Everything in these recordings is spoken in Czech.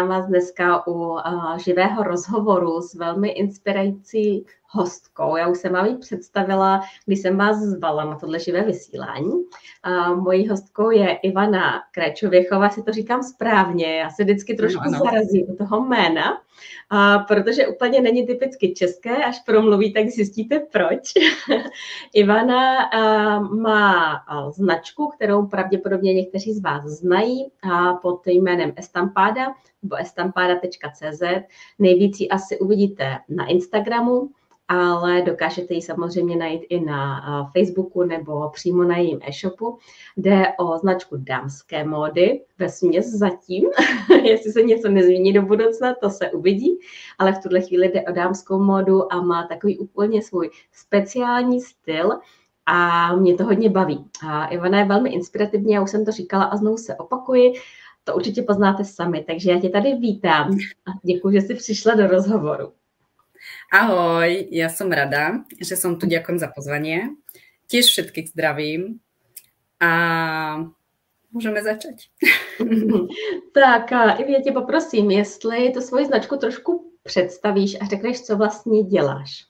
vítám vás dneska u živého rozhovoru s velmi inspirující hostkou. Já už jsem vám ji představila, když jsem vás zvala na tohle živé vysílání. Mojí hostkou je Ivana Krajčověchová, si to říkám správně, já se vždycky trošku zarazím u toho jména, protože úplně není typicky české, až promluví, tak zjistíte proč. Ivana má značku, kterou pravděpodobně někteří z vás znají pod jménem Estampada nebo estampada.cz. Nejvíc ji asi uvidíte na Instagramu, ale dokážete ji samozřejmě najít i na Facebooku nebo přímo na jejím e-shopu. Jde o značku dámské módy, vesměs zatím. Jestli se něco nezmění do budoucna, to se uvidí, ale v tuhle chvíli jde o dámskou módu a má takový úplně svůj speciální styl a mě to hodně baví. A Ivana je velmi inspirativní, já už jsem to říkala a znovu se opakuji, to určitě poznáte sami, takže já tě tady vítám a děkuji, že jsi přišla do rozhovoru. Ahoj, ja som rada, že som tu, ďakujem za pozvanie. Tiež všetkých zdravím a můžeme začať. Tak, Ivi, já tě poprosím, jestli tu svoji značku trošku představíš a řekneš, co vlastně děláš.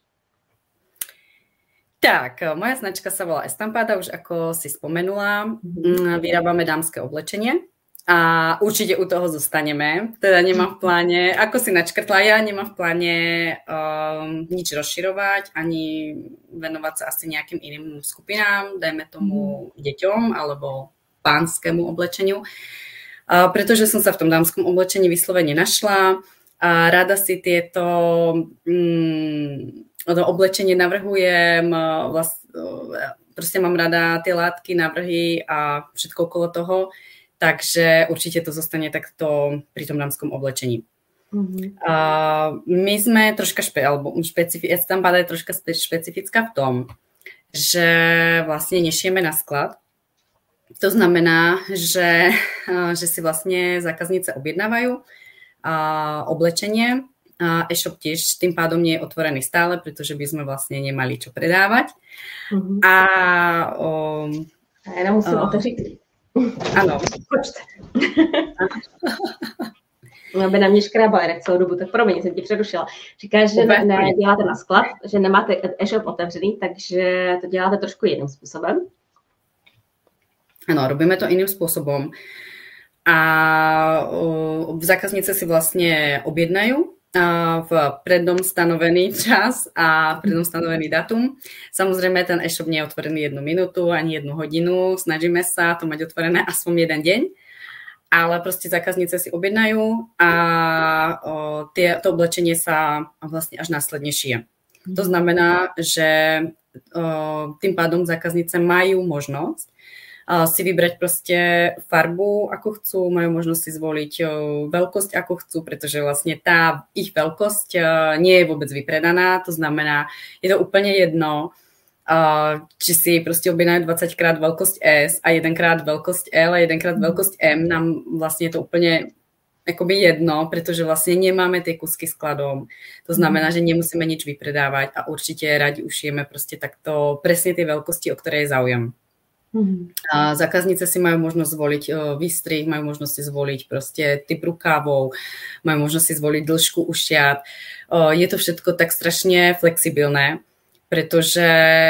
Tak, moja značka sa volá Estampada, už ako si spomenula. Vyrábame dámske oblečenie. A určite u toho zostaneme. Teda nemám v pláne, ako si načkrtla, ja nemám v pláne nič rozširovať, ani venovať sa asi nejakým iným skupinám, dajme tomu deťom alebo pánskému oblečeniu. Pretože som sa v tom dámskom oblečení vyslovene našla a rada si tieto oblečenie navrhujem, proste mám rada tie látky, návrhy a všetko okolo toho. Takže určite to zostane takto pri tom dámskom oblečení. My sme troška Estampada je troška špecifická v tom, že vlastne nešieme na sklad. To znamená, že si vlastne zákaznice objednávajú oblečenie. E-shop tiež tým pádom nie je otvorený stále, pretože by sme vlastne nemali čo predávať. Ja nemusím otevřít. Ano. Počte. Aby na mě škrábal jak celou dobu, tak promiň, jsem ti přerušila. Říkáš, že děláte na sklad, že nemáte e-shop otevřený, takže to děláte trošku jiným způsobem. Ano, robíme to iným spôsobom. A zákaznice si vlastne objednajú v predom stanovený čas a predom stanovený datum. Samozrejme, ten e-shop nie je otvorený 1 minútu ani 1 hodinu. Snažíme sa to mať otvorené aspoň 1 deň, ale proste zákaznice si objednajú a to oblečenie sa vlastne až následne šije. To znamená, že tým pádom zákaznice majú možnosť si vybrať proste farbu, ako chcú, majú možnosť si zvoliť veľkosť, ako chcú, pretože vlastne tá ich veľkosť nie je vôbec vypredaná, to znamená, je to úplne jedno, či si proste objednajú 20-krát veľkosť S a 1-krát veľkosť L a 1-krát veľkosť M, nám vlastne je to úplne akoby jedno, pretože vlastne nemáme tie kusky skladom. To znamená, že nemusíme nič vypredávať a určite radi ušijeme proste takto presne tie veľkosti, o ktoré je záujem. A zákaznice si majú možnosť zvoliť výstrih, majú možnosť si zvoliť proste typ rukávov, majú možnosť si zvoliť dĺžku ušiat. Je to všetko tak strašne flexibilné, pretože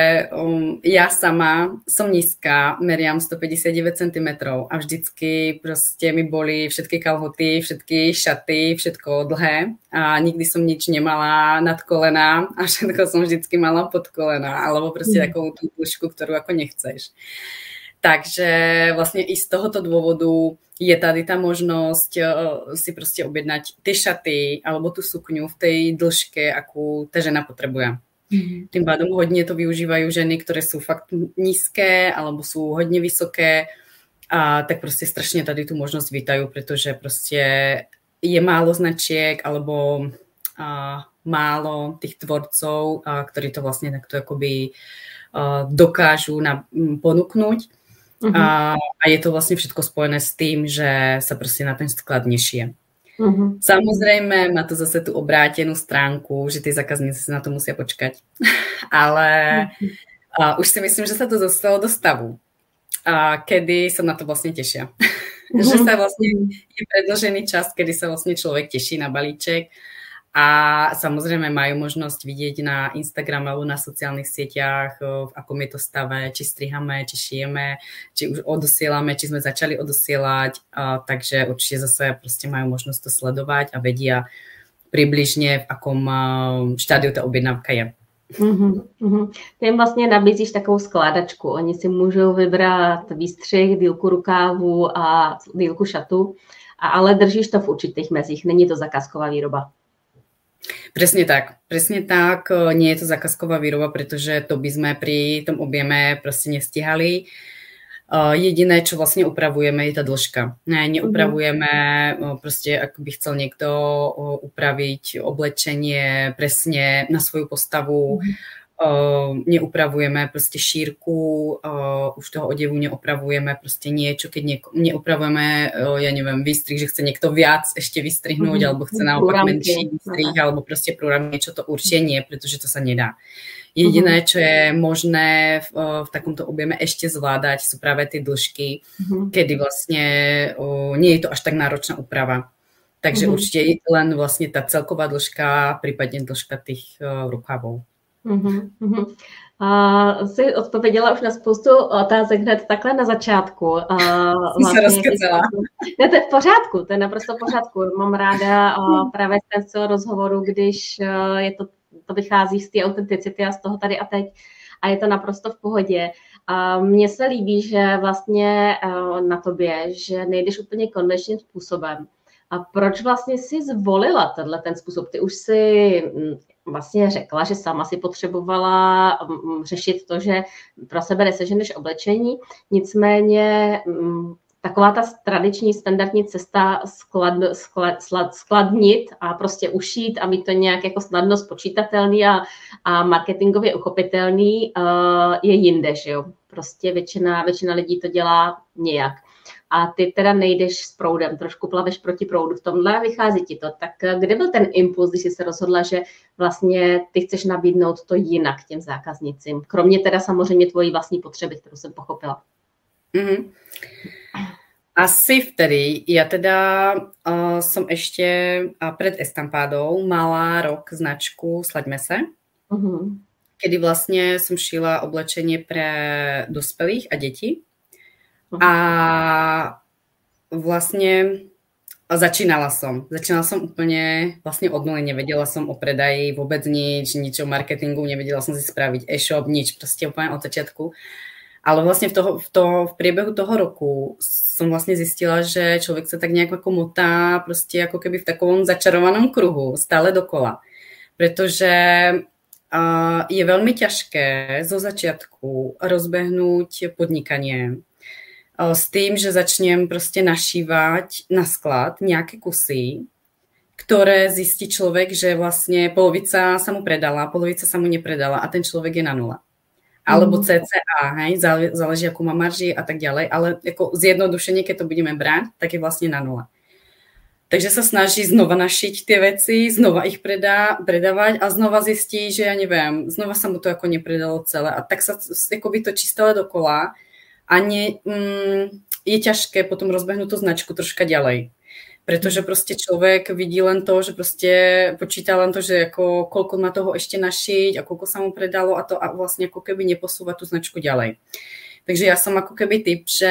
ja sama som nízka, meriam 159 cm a vždycky proste mi boli všetky kalhoty, všetky šaty, všetko dlhé a nikdy som nič nemala nad kolena a všetko som vždycky mala pod kolena alebo proste takovou tú dĺžku, ktorú ako nechceš. Takže vlastne i z tohoto dôvodu je tady tá možnosť si proste objednať tie šaty alebo tú sukňu v tej dĺžke, akú tá žena potrebuje. Tým pádom hodne to využívajú ženy, ktoré sú fakt nízke alebo sú hodne vysoké a tak proste strašne tady tú možnosť vítajú, pretože proste je málo značiek alebo málo tých tvorcov, ktorí to vlastne takto akoby dokážu ponúknuť. A je to vlastne všetko spojené s tým, že sa proste na ten sklad nešije. Samozrejme, má to zase tú obrátenú stránku, že tie zákazníci si na to musia počkať. Ale už si myslím, že sa to dostalo do stavu, kedy sa na to vlastne tešia. že sa vlastne je predĺžený čas, kedy sa vlastne človek teší na balíček. A samozrejme majú možnosť vidieť na Instagram alebo na sociálnych sieťach, v akom je to stave, či strihame, či šijeme, či už odosielame, či sme začali odosielať, takže určite zase proste majú možnosť to sledovať a vedia približne, v akom štádiu tá objednávka je. Ty jim vlastně nabízíš takovou skládačku. Oni si můžou vybrat výstřih, dílku rukávu a dílku šatu, ale držíš to v určitých mezích. Není to zakázková výroba. Presne tak. Nie je to zákazková výroba, pretože to by sme pri tom objeme proste nestihali. Jediné, čo vlastne upravujeme, je tá dĺžka. Neupravujeme proste, ak by chcel niekto upraviť oblečenie presne na svoju postavu, neupravujeme proste šírku už toho odevu, neupravujeme proste niečo, keď neupravujeme, ja neviem, výstrih, že chce niekto viac ešte vystrihnúť, alebo chce naopak menší výstrih, alebo proste prúram niečo, to určite nie, pretože to sa nedá. Jediné, čo je možné v takomto objeme ešte zvládať, sú práve tie dĺžky, kedy vlastne nie je to až tak náročná úprava. Takže určite len vlastne tá celková dĺžka, prípadne dĺžka tých rukávov. Jsi odpověděla už na spoustu otázek hned takhle na začátku. Vlastně, ne, to je v pořádku, to je naprosto v pořádku. Mám ráda právě z toho rozhovoru, když to vychází z té autenticity a z toho tady a teď a je to naprosto v pohodě. Mně se líbí, že vlastně na tobě, že nejdeš úplně konvenčním způsobem. A proč vlastně si zvolila ten způsob? Ty už si vlastně řekla, že sama si potřebovala řešit to, že pro sebe neseženeš oblečení, nicméně taková ta tradiční standardní cesta skladnit a prostě ušít a mít to nějak jako snadno spočítatelný a marketingově uchopitelný je jinde, že jo? Prostě většina lidí to dělá nějak. A ty teda nejdeš s proudem, trošku plaveš proti proudu v tomhle a vychází ti to. Tak kde byl ten impuls, když jsi se rozhodla, že vlastně ty chceš nabídnout to jinak těm zákaznicím? Kromě teda samozřejmě tvojí vlastní potřeby, kterou jsem pochopila. Asi vtedy, ja teda som ešte pred estampádou mala rok značku Slaďme se, kedy vlastne som šila oblečenie pre dospelých a deti. A vlastne začínala som úplne vlastne od nuly, nevedela som o predaji vôbec nič o marketingu, nevedela som si spraviť e-shop, nič, proste úplne od začiatku. Ale vlastne v priebehu toho roku som vlastne zistila, že človek sa tak nejak ako motá proste ako keby v takom začarovanom kruhu, stále dokola. Pretože je veľmi ťažké zo začiatku rozbehnúť podnikanie s tým, že začnem proste našívať na sklad nejaké kusy, ktoré zistí človek, že vlastne polovica sa mu predala, polovica sa mu nepredala a ten človek je na nula. Alebo CCA, hej, záleží, akú má marži a tak ďalej, ale ako zjednodušenie, keď to budeme brať, tak je vlastne na nula. Takže sa snaží znova našiť tie veci, znova ich predávať a znova zistí, že ja neviem, znova sa mu to ako nepredalo celé a tak sa akoby točí stále dokola a je ťažké potom rozbehnúť tú značku troška ďalej. Pretože proste človek vidí len to, že proste počíta len to, že ako koľko má toho ešte našiť a koľko sa mu predalo a to a vlastne ako keby neposúva tú značku ďalej. Takže ja som ako keby typ, že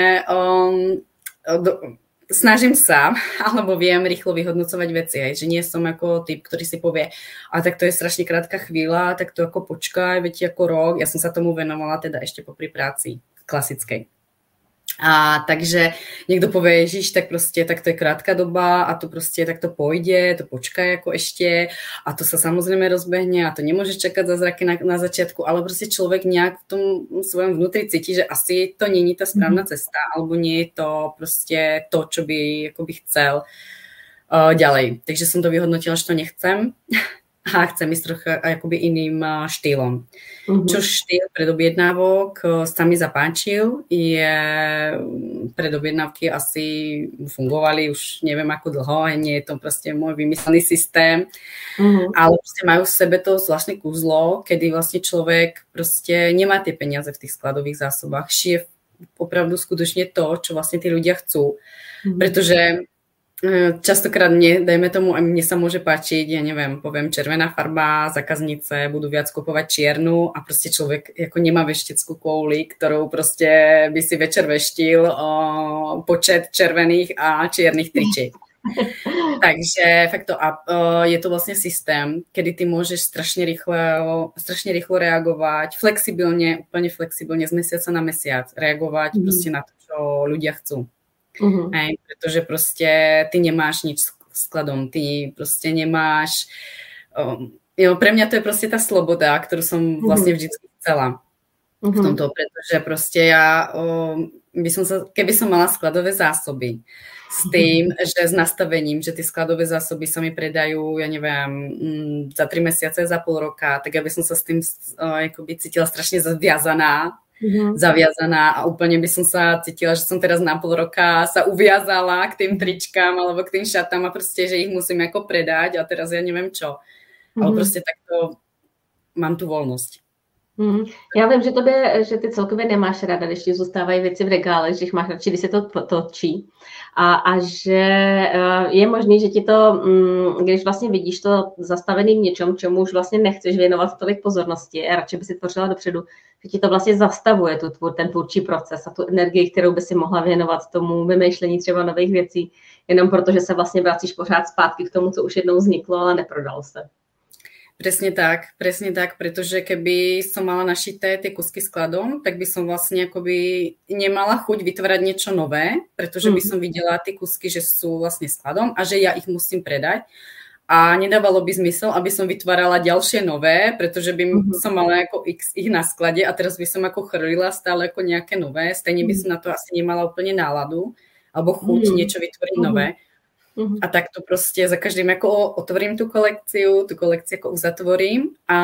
snažím sa, alebo viem rýchlo vyhodnocovať veci, aj, že nie som ako typ, ktorý si povie, a tak to je strašne krátka chvíľa, tak to ako počkaj, veď ako rok. Ja som sa tomu venovala teda ešte popri práci klasickej. A takže niekto povie, Ježiš, tak proste, tak to je krátka doba a to proste, tak to pôjde, to počkaj ako ešte a to sa samozrejme rozbehne a to nemôže čakať zázraky na začiatku, ale proste človek nejak v tom svojom vnútri cíti, že asi to nie je tá správna cesta alebo nie je to proste to, čo by akoby chcel ďalej. Takže som to vyhodnotila, že to nechcem a chcem ísť trocha akoby iným štýlom. Čo štýl predobjednávok sa mi zapáčil, predobjednávky asi fungovali už neviem ako dlho, nie je to proste môj vymyslený systém, ale proste majú v sebe to zvláštne kúzlo, kedy vlastne človek proste nemá tie peniaze v tých skladových zásobách, šije opravdu skutočne to, čo vlastne tí ľudia chcú. Pretože častokrát dajme tomu, a mne sa môže páčiť, ja neviem, poviem červená farba, zákaznice budú viac kupovať čiernu a proste človek ako nemá vešteckú kouli, ktorou proste by si večer veštil počet červených a čiernych tričiek. Takže fakt je to vlastne systém, kedy ty môžeš strašne rýchlo reagovať, úplne flexibilne z mesiaca na mesiac reagovať proste na to, čo ľudia chcú. Hej, pretože proste ty nemáš nič skladom, ty proste nemáš... pre mňa to je proste tá sloboda, ktorú som vlastne vždycky chcela v tomto, pretože proste ja keby som mala skladové zásoby s tým, že s nastavením, že tie skladové zásoby sa mi predajú, ja neviem, za 3 mesiace, za pol roka, tak aby som sa s tým cítila strašne zaviazaná a úplne by som sa cítila, že som teraz na pol roka sa uviazala k tým tričkám alebo k tým šatám a proste, že ich musím ako predať a teraz ja neviem čo. Ale proste takto mám tu voľnosť. Já vím, že ty celkově nemáš ráda, když ti zůstávají věci v regále, že jich máš radši, když se to točí. A že je možný, že ti to, když vlastně vidíš to zastavený v něčem, čemu už vlastně nechceš věnovat tolik pozornosti a radši by si tvořila dopředu, že ti to vlastně zastavuje ten tvůrčí proces a tu energii, kterou by si mohla věnovat tomu vymýšlení třeba nových věcí, jenom protože se vlastně vracíš pořád zpátky k tomu, co už jednou vzniklo, ale neprodalo se. Presne tak, pretože keby som mala našité tie kusky skladom, tak by som vlastne akoby nemala chuť vytvárať niečo nové, pretože by som videla tie kusky, že sú vlastne skladom a že ja ich musím predať. A nedávalo by zmysel, aby som vytvárala ďalšie nové, pretože by som mala ako x ich na sklade a teraz by som ako chrlila stále ako nejaké nové. Stejne by som na to asi nemala úplne náladu alebo chuť niečo vytvoriť nové. A tak to proste za každým ako otvorím tú kolekciu ako uzatvorím a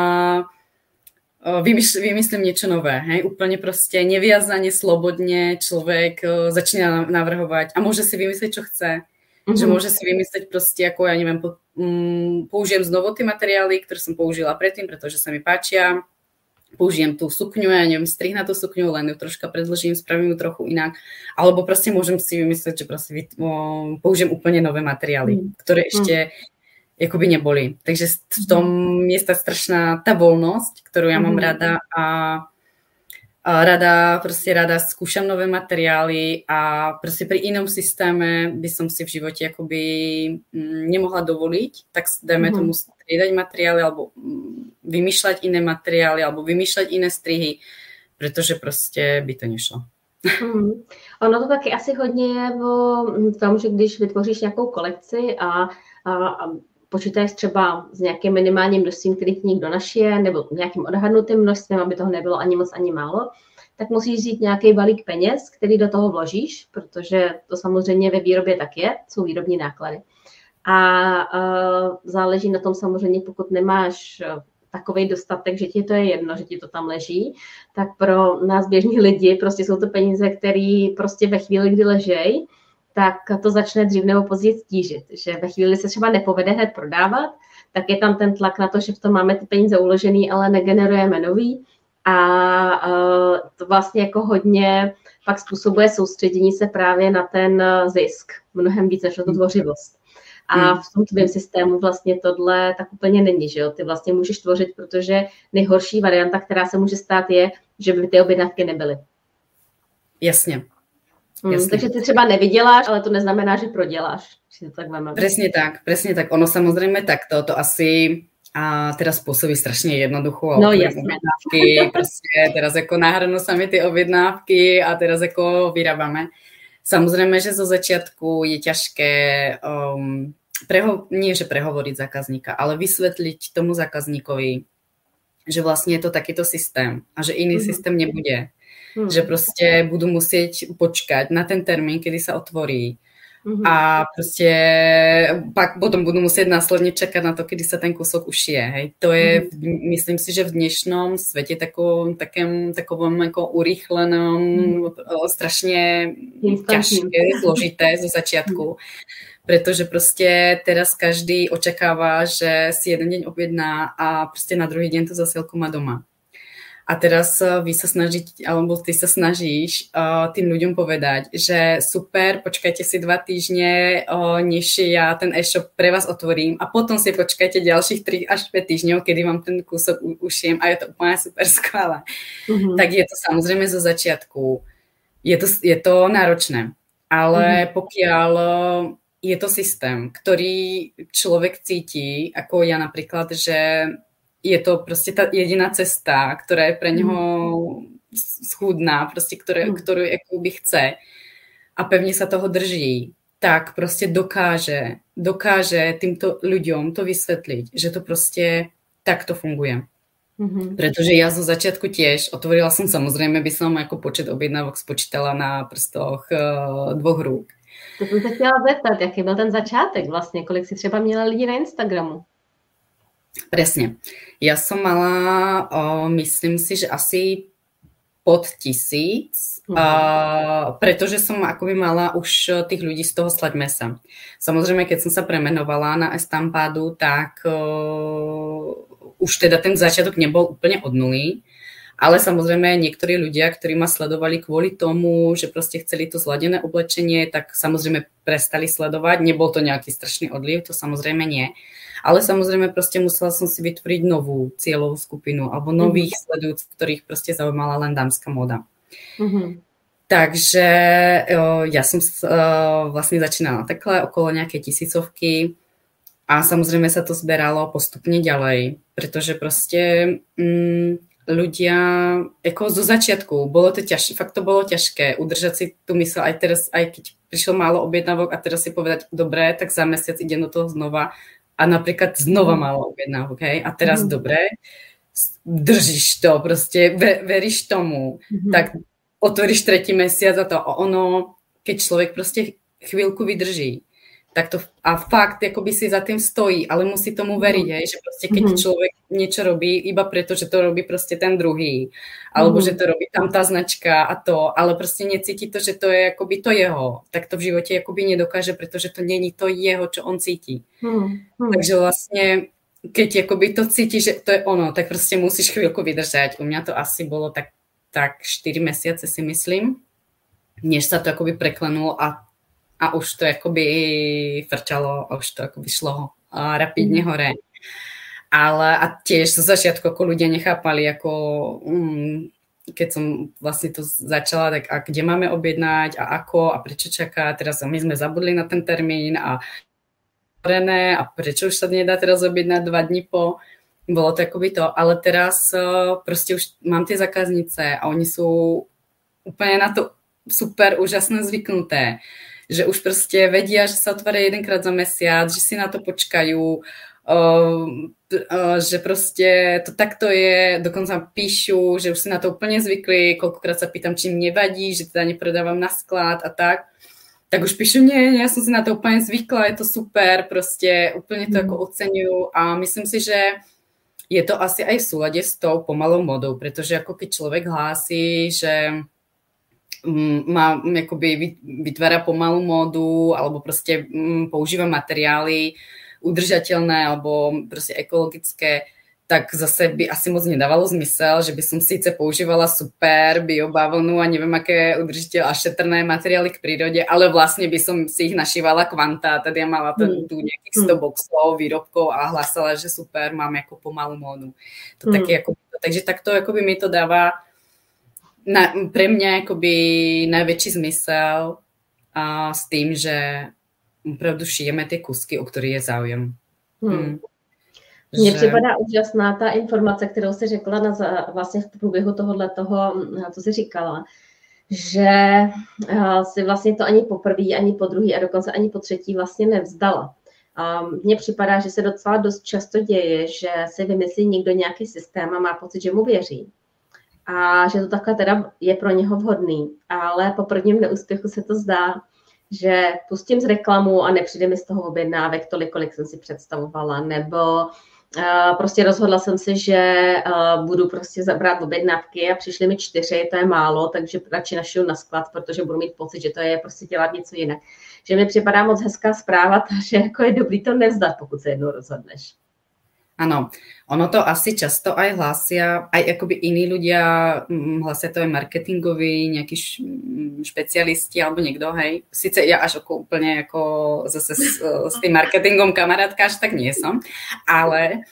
vymyslím niečo nové. Hej? Úplne proste neviazane, slobodne človek začína navrhovať a môže si vymyslieť, čo chce. Že môže si vymyslieť proste ako, ja neviem, použijem znovu tie materiály, ktoré som použila predtým, pretože sa mi páčia. Použijem tú sukňu, ja neviem, strih na tú sukňu, len ju troška predĺžím, spravím ju trochu inak. Alebo proste môžem si vymyslieť, že proste použijem úplne nové materiály, ktoré ešte akoby neboli. Takže v tom je tá strašná tá voľnosť, ktorú ja mám rada a rada skúšam nové materiály a proste pri inom systéme by som si v živote akoby nemohla dovoliť, tak dajme tomu striedať materiály alebo vymýšľať iné materiály alebo vymýšľať iné strihy, pretože prostě by to nešlo. Ono to taky asi hodně je o tom, že když vytvoříš nějakou kolekci a počítáš třeba s nějakým minimálním množstvím, který ti někdo našije, nebo nějakým odhadnutým množstvím, aby toho nebylo ani moc, ani málo, tak musíš vzít nějaký balík peněz, který do toho vložíš, protože to samozřejmě ve výrobě tak je, jsou výrobní náklady. A záleží na tom samozřejmě, pokud nemáš takovej dostatek, že ti to je jedno, že ti to tam leží, tak pro nás běžní lidi prostě jsou to peníze, které prostě ve chvíli, kdy ležej, tak to začne dřív nebo později stížit, že ve chvíli se třeba nepovede hned prodávat, tak je tam ten tlak na to, že v tom máme ty peníze uložený, ale negenerujeme nový a to vlastně jako hodně pak způsobuje soustředění se právě na ten zisk, mnohem víc než na tu tvořivost. A v tom tvém systému vlastně tohle tak úplně není, že jo? Ty vlastně můžeš tvořit, protože nejhorší varianta, která se může stát, je, že by ty objednávky nebyly. Jasně. Takže ty třeba nevyděláš, ale to neznamená, že proděláš. Že to tak máme. Presne tak. Ono samozrejme takto, to asi a teraz spôsobí strašne jednoducho. No jasne. Objednávky, proste teraz ako nahrnú sa mi tie objednávky a teraz ako vyrábame. Samozrejme, že zo začiatku je ťažké nie že prehovoriť zákazníka, ale vysvetliť tomu zákazníkovi, že vlastne je to takýto systém a že iný systém nebude. Že proste budú musieť počkať na ten termín, kedy sa otvorí. A proste pak potom budú musieť následne čakať na to, kedy sa ten kúsok ušije. Hej. To je, myslím si, že v dnešnom svete takovom ako urýchlenom, strašne ťažké, zložité zo začiatku. Pretože proste teraz každý očakáva, že si jeden deň objedná a proste na druhý deň tú zasielku má doma. A teraz vy sa snažíte, alebo ty sa snažíš tým ľuďom povedať, že super, počkajte si 2 týždne, než ja ten e-shop pre vás otvorím a potom si počkajte ďalších 3 až 5 týždňov, kedy vám ten kúsok ušijem a je to úplne super skvelé. Tak je to samozrejme zo začiatku. Je to náročné, ale pokiaľ je to systém, ktorý človek cíti, ako ja napríklad, že je to proste tá jediná cesta, ktorá je pre neho schudná, proste, ktorú by chce a pevne sa toho drží, tak proste dokáže týmto ľuďom to vysvetliť, že to proste takto funguje. Pretože ja zo začiatku tiež otvorila som, samozrejme by som ako počet objednávok spočítala na prstoch 2 rúk. To jsem se chtěla zeptat, jaký byl ten začátek vlastně, kolik si třeba měla lidí na Instagramu? Presne. Ja som mala, myslím si, že asi pod 1000, pretože som akoby mala už tých ľudí z toho sleď mesa. Samozrejme, keď som sa premenovala na Estampadu, tak už teda ten začiatok nebol úplne od nuly, ale samozrejme niektorí ľudia, ktorí ma sledovali kvôli tomu, že proste chceli to zladené oblečenie, tak samozrejme prestali sledovať. Nebol to nejaký strašný odliv, to samozrejme nie. Ale samozrejme proste musela som si vytvoriť novú cieľovú skupinu alebo nových sledujúcich, ktorých proste zaujímala len dámska móda. Takže ja som vlastne začínala takhle okolo nejakej 1000 a samozrejme sa to zberalo postupne ďalej, pretože proste ľudia, ako zo začiatku, bolo to ťažké, fakt to bolo ťažké udržať si tú mysl aj teraz, aj keď prišlo málo objednávok a teraz si povedať, dobre, tak za mesiac idem do toho znova a napríklad znova málo objednávok, hej, a teraz dobre, držíš to, proste veríš tomu, tak otvoríš 3. mesiac a to ono, keď človek proste chvíľku vydrží, tak to a fakt akoby si za tým stojí, ale musí tomu veriť, hej, že proste keď človek niečo robí iba preto, že to robí proste ten druhý, alebo že to robí tam tá značka a to, ale proste necíti to, že to je akoby to jeho, tak to v živote akoby nedokáže, pretože to není to jeho, čo on cíti. Takže vlastne, keď akoby to cíti, že to je ono, tak proste musíš chvíľku vydržať. U mňa to asi bolo tak 4 mesiace si myslím, než sa to akoby preklenulo a už to akoby frčalo, a už to akoby šlo rapidne hore. Ale a tiež zo začiatku ako ľudia nechápali, ako keď som vlastne to začala, tak a kde máme objednať a ako a prečo čaká. Teraz my sme zabudli na ten termín a prečo už sa nedá teraz objednať 2 dní po. Bolo to akoby to, ale teraz proste už mám tie zákaznice a oni sú úplne na to super, úžasné zvyknuté. Že už proste vedia, že sa otvára 1-krát za mesiac, že si na to počkajú, že proste to takto je, dokonca píšu, že už si na to úplne zvykli, koľkokrát sa pýtam, či im nevadí, že teda nepredávam na sklad a tak už píšu, nie, ja som si na to úplne zvykla, je to super, proste úplne to ako oceňujú a myslím si, že je to asi aj v súlade s tou pomalou modou, pretože ako keď človek hlási, že má, akoby vytvára pomalú módu alebo proste používa materiály udržateľné alebo proste ekologické, tak zase by asi moc nedávalo zmysel, že by som síce používala super biobavlnu a neviem aké udržiteľné a šetrné materiály k prírode, ale vlastne by som si ich našívala kvanta, teda ja mala tu nejakých 100 boxov, výrobkov a hlásala, že super, mám ako pomalú módu. To také, takže takto akoby mi to dáva pre mňa akoby najväčší zmysel s tým, že opravdu šijeme ty kusky, o který je záujem. Mně připadá úžasná ta informace, kterou jsi řekla vlastně v průběhu toho, co jsi říkala, že si vlastně to ani poprvé, ani po druhý a dokonce ani po třetí vlastně nevzdala. A mně připadá, že se docela dost často děje, že si vymyslí někdo nějaký systém a má pocit, že mu věří. A že to takhle teda je pro něho vhodný. Ale po prvním neúspěchu se to zdá, že pustím z reklamu a nepřijde mi z toho objednávek tolik, kolik jsem si představovala, nebo prostě rozhodla jsem si, že budu prostě zabrat objednávky a přišly mi 4, to je málo, takže radši našiju na sklad, protože budu mít pocit, že to je prostě dělat něco jinak. Že mi připadá moc hezká zpráva, že jako je dobrý to nevzdat, pokud se jednou rozhodneš. Áno, ono to asi často aj hlásia, aj akoby iní ľudia, hlásia to aj marketingoví, nejakí špecialisti alebo niekto, hej. Sice ja až úplne ako zase s tým marketingom kamarátka až tak nie som, ale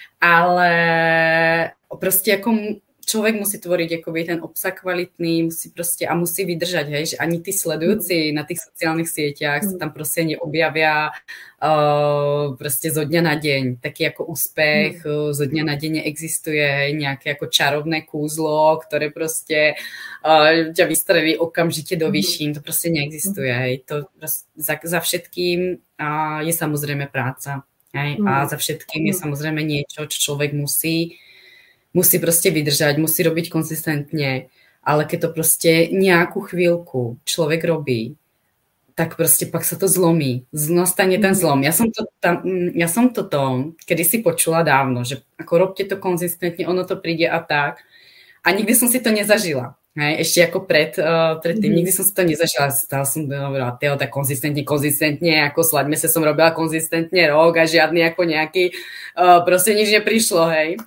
proste ako človek musí tvoriť akoby ten obsah kvalitný, musí proste a musí vydržať, hej, že ani tí sledujúci na tých sociálnych sieťach sa tam proste neobjavia proste zo dňa na deň. Taký ako úspech zo dňa na deň neexistuje, hej, nejaké ako čarovné kúzlo, ktoré proste ťa vystrelí okamžite do výšin, to proste neexistuje, hej. To za všetkým je samozrejme práca, hej, a za všetkým je samozrejme niečo, čo človek musí proste vydržať, musí robiť konzistentne, ale keď to proste nejakú chvíľku človek robí, tak proste pak sa to zlomí. Nastane ten zlom. Ja som toto kedysi počula dávno, že ako robte to konzistentne, ono to príde a tak. A nikdy som si to nezažila. Hej, ešte ako predtým, nikdy som si to nezažila. Stále som dobrala, tak konzistentne, ako slaďme sa som robila konzistentne rok a žiadny ako nejaký, proste nič neprišlo, hej.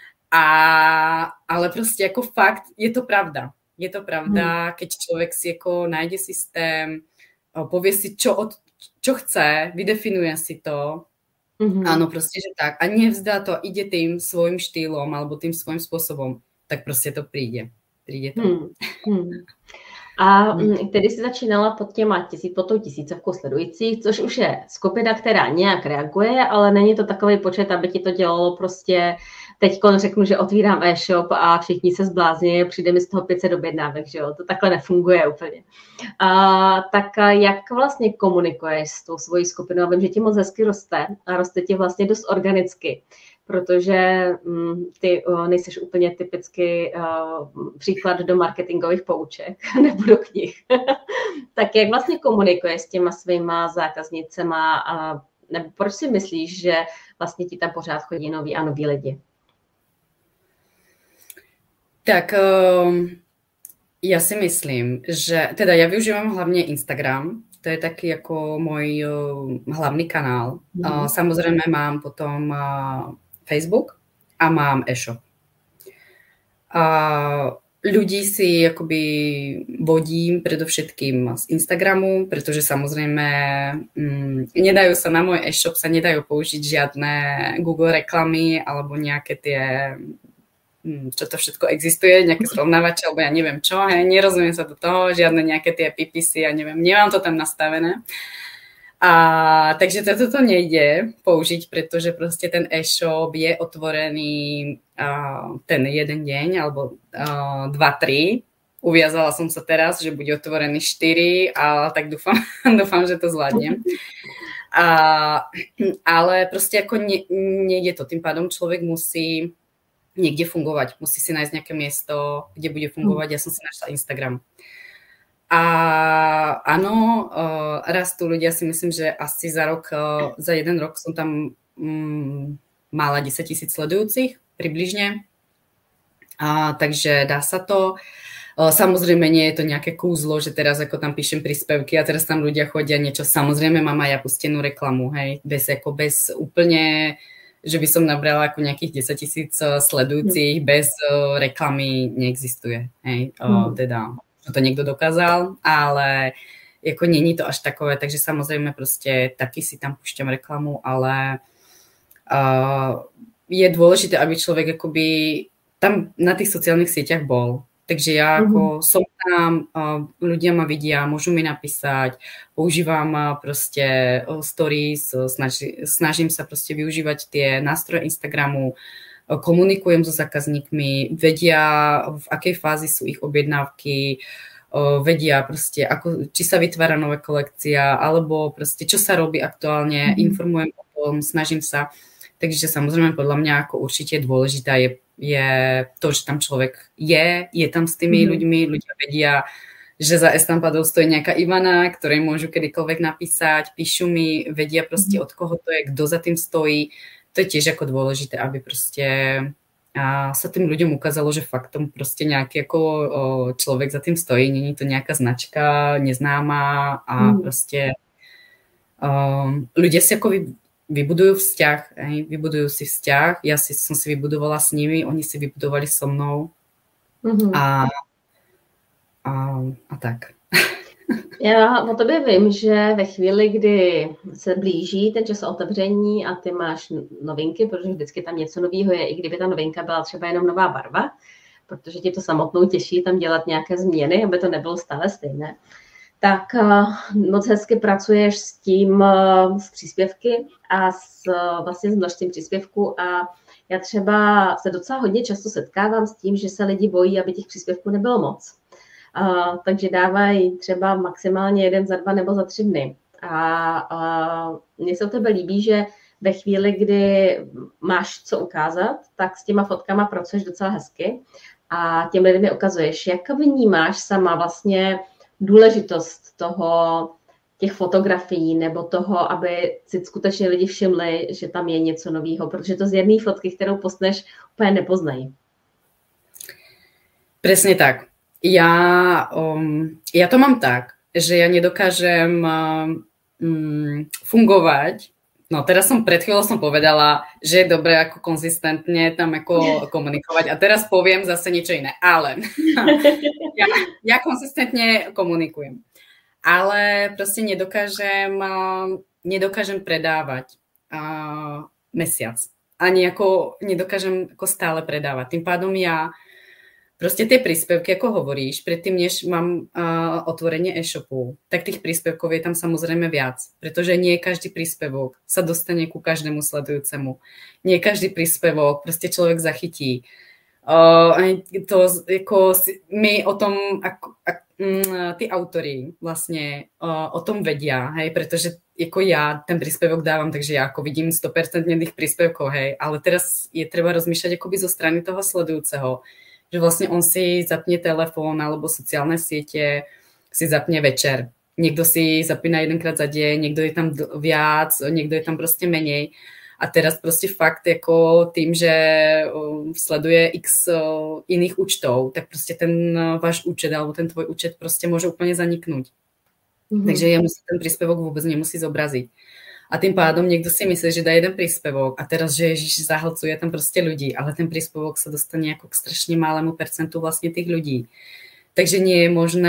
Ale proste ako fakt, je to pravda. Je to pravda, keď človek si ako nájde systém, povie si, čo chce, vydefinuje si to. Áno, proste, že tak. A nevzdá to, ide tým svojím štýlom alebo tým svojím spôsobom, tak proste to príde. Príde to. A tedy si začínala pod tou tisícovkou sledujících, což už je skupina, která nějak reaguje, ale není to takový počet, aby ti to dělalo prostě teď řeknu, že otvírám e-shop a všichni se zblázní, přijde mi z toho 500 objednávek, že jo, to takhle nefunguje úplně. Tak jak vlastně komunikuješ s tou svojí skupinou? Vím, že ti moc hezky roste a roste ti vlastně dost organicky, protože ty nejseš úplně typický příklad do marketingových pouček nebo do knih. Tak jak vlastně komunikuješ s těma svýma zákaznicema nebo proč si myslíš, že vlastně ti tam pořád chodí noví lidi? Tak ja si myslím, že teda ja využívam hlavne Instagram, to je taký ako môj hlavný kanál. Samozrejme mám potom Facebook a mám e-shop. Ľudí si akoby vodím predovšetkým z Instagramu, pretože samozrejme nedajú sa na môj e-shop, sa nedajú použiť žiadne Google reklamy alebo nejaké tie čo to všetko existuje, nejaké srovnávače, alebo ja neviem čo, hej, nerozumiem sa do toho, žiadne nejaké tie PPC, ja neviem, nemám to tam nastavené. Takže toto nejde použiť, pretože proste ten e-shop je otvorený ten jeden deň, alebo 2-3. Uviazala som sa teraz, že bude otvorený 4, ale tak dúfam, že to zvládnem. Ale proste ako nejde to, tým pádom človek musí niekde fungovať. Musí si nájsť nejaké miesto, kde bude fungovať. Ja som si našla Instagram. A áno, rastú ľudia, si myslím, že asi za jeden rok som tam mala 10 000 sledujúcich približne. Takže dá sa to. Samozrejme nie je to nejaké kúzlo, že teraz ako tam píšem príspevky a teraz tam ľudia chodia niečo. Samozrejme mám aj ja pustenú reklamu, hej, bez úplne že by som nabrala ako nejakých 10 000 sledujúcich bez reklamy neexistuje. Hej? Teda, že to niekto dokázal, ale ako není to až takové, takže samozrejme proste taky si tam púšťam reklamu, ale je dôležité, aby človek akoby tam na tých sociálnych sieťach bol. Takže ja ako som tam, ľudia ma vidia, môžu mi napísať, používam proste stories, snažím sa proste využívať tie nástroje Instagramu, komunikujem so zákazníkmi, vedia, v akej fázi sú ich objednávky, vedia proste, či sa vytvára nová kolekcia, alebo proste čo sa robí aktuálne, informujem o tom, snažím sa. Takže samozrejme podľa mňa ako určite dôležitá je to, že tam človek je tam s tými ľuďmi, ľudia vedia, že za estampadou stojí nejaká Ivana, ktorej môžu kedykoľvek napísať, píšu mi, vedia proste od koho to je, kto za tým stojí. To je tiež ako dôležité, aby proste sa tým ľuďom ukázalo, že fakt tom proste nejaký ako človek za tým stojí, není to nejaká značka neznáma a proste ľudia si ako vybudujú vzťah, vybudujú si vzťah, som si vybudovala s nimi, oni si vybudovali so mnou a tak. Já o tobě vím, že ve chvíli, kdy se blíží ten čas otevření a ty máš novinky, protože vždycky tam něco nového je, i kdyby ta novinka byla třeba jenom nová barva, protože tě to samotnou těší tam dělat nějaké změny, aby to nebylo stále stejné, tak moc hezky pracuješ s tím, s příspěvky a vlastně s množstvím příspěvků a já třeba se docela hodně často setkávám s tím, že se lidi bojí, aby těch příspěvků nebylo moc. Takže dávají třeba maximálně 1 za 2 nebo za 3 dny. A mně se u tebe líbí, že ve chvíli, kdy máš co ukázat, tak s těma fotkama pracuješ docela hezky a těm lidem je ukazuješ. Jak vnímáš sama vlastně důležitost těch fotografií nebo toho, aby si skutečně lidi všimli, že tam je něco nového, protože to z jedné fotky, kterou postneš, úplně nepoznají. Presne tak. Ja to mám tak, že ja nedokážem fungovať. No teraz pred chvíľou som povedala, že je dobré ako konzistentne tam ako komunikovať a teraz poviem zase niečo iné, ale ja konzistentne komunikujem. Ale proste nedokážem predávať mesiac. Ani ako nedokážem ako stále predávať. Tým pádom ja proste tie príspevky, ako hovoríš, predtým, než mám otvorenie e-shopu, tak tých príspevkov je tam samozrejme viac, pretože nie každý príspevok sa dostane ku každému sledujúcemu. Nie každý príspevok proste človek zachytí. My o tom, tí autori vlastne o tom vedia, hej, pretože ako ja ten príspevok dávam, takže ja ako vidím 100% tých príspevkov, hej, ale teraz je treba rozmýšľať akoby zo strany toho sledujúceho, že vlastne on si zapne telefón alebo sociálne siete, si zapne večer. Niekto si zapína 1-krát za deň, niekto je tam viac, niekto je tam proste menej. A teraz proste fakt ako tým, že sleduje x iných účtov, tak proste ten váš účet alebo ten tvoj účet proste môže úplne zaniknúť. Takže ten príspevok vôbec nemusí zobraziť. A tým pádom niekto si myslí, že dá jeden príspevok a teraz, že Ježiš zahlcuje tam proste ľudí, ale ten príspevok sa dostane ako k strašne malému percentu vlastne tých ľudí. Takže nie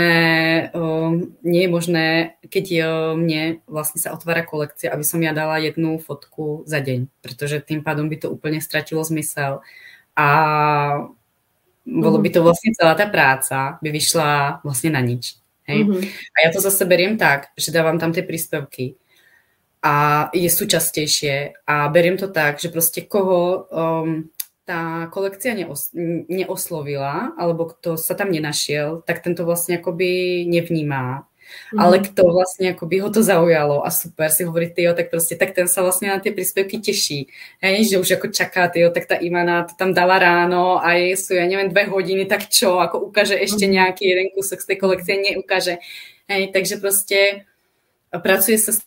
je možné, keď mne vlastne sa otvára kolekcia, aby som ja dala 1 fotku za deň, pretože tým pádom by to úplne stratilo zmysel a bolo by to vlastne celá tá práca by vyšla vlastne na nič. Hej? A ja to zase beriem tak, že dávam tam tie príspevky a sú častejšie a beriem to tak, že proste koho tá kolekcia neoslovila alebo kto sa tam nenašiel, tak tento vlastne akoby nevnímá. Ale kto vlastne akoby ho to zaujalo a super si hovorí, tak proste, tak ten sa vlastne na tie príspevky teší. Hej, že už ako čaká, tak tá Ivana to tam dala ráno a sú, ja neviem, 2 hodiny, tak čo, ako ukáže ešte nejaký jeden kúsok z tej kolekcie, neukáže. Hej, takže proste pracuje sa.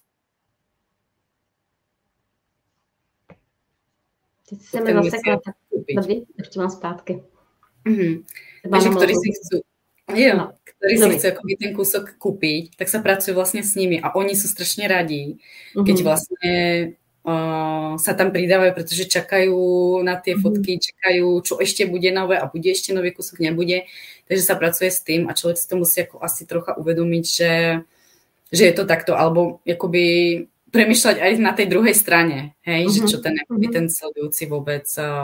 Teď se mi zasekla, ještě mám zpátky. Takže ktorí si chcú akoby ten kúsok kúpiť, tak sa pracuje vlastne s nimi a oni sú strašne radí, keď vlastne sa tam pridávajú, pretože čakajú na tie fotky, čakajú, čo ešte bude nové a bude ešte nový kúsok, nebude. Takže sa pracuje s tým a človek si to musí ako asi trocha uvedomiť, že je to takto, alebo akoby premýšľať aj na tej druhej strane, hej, že čo ten sledujúci vôbec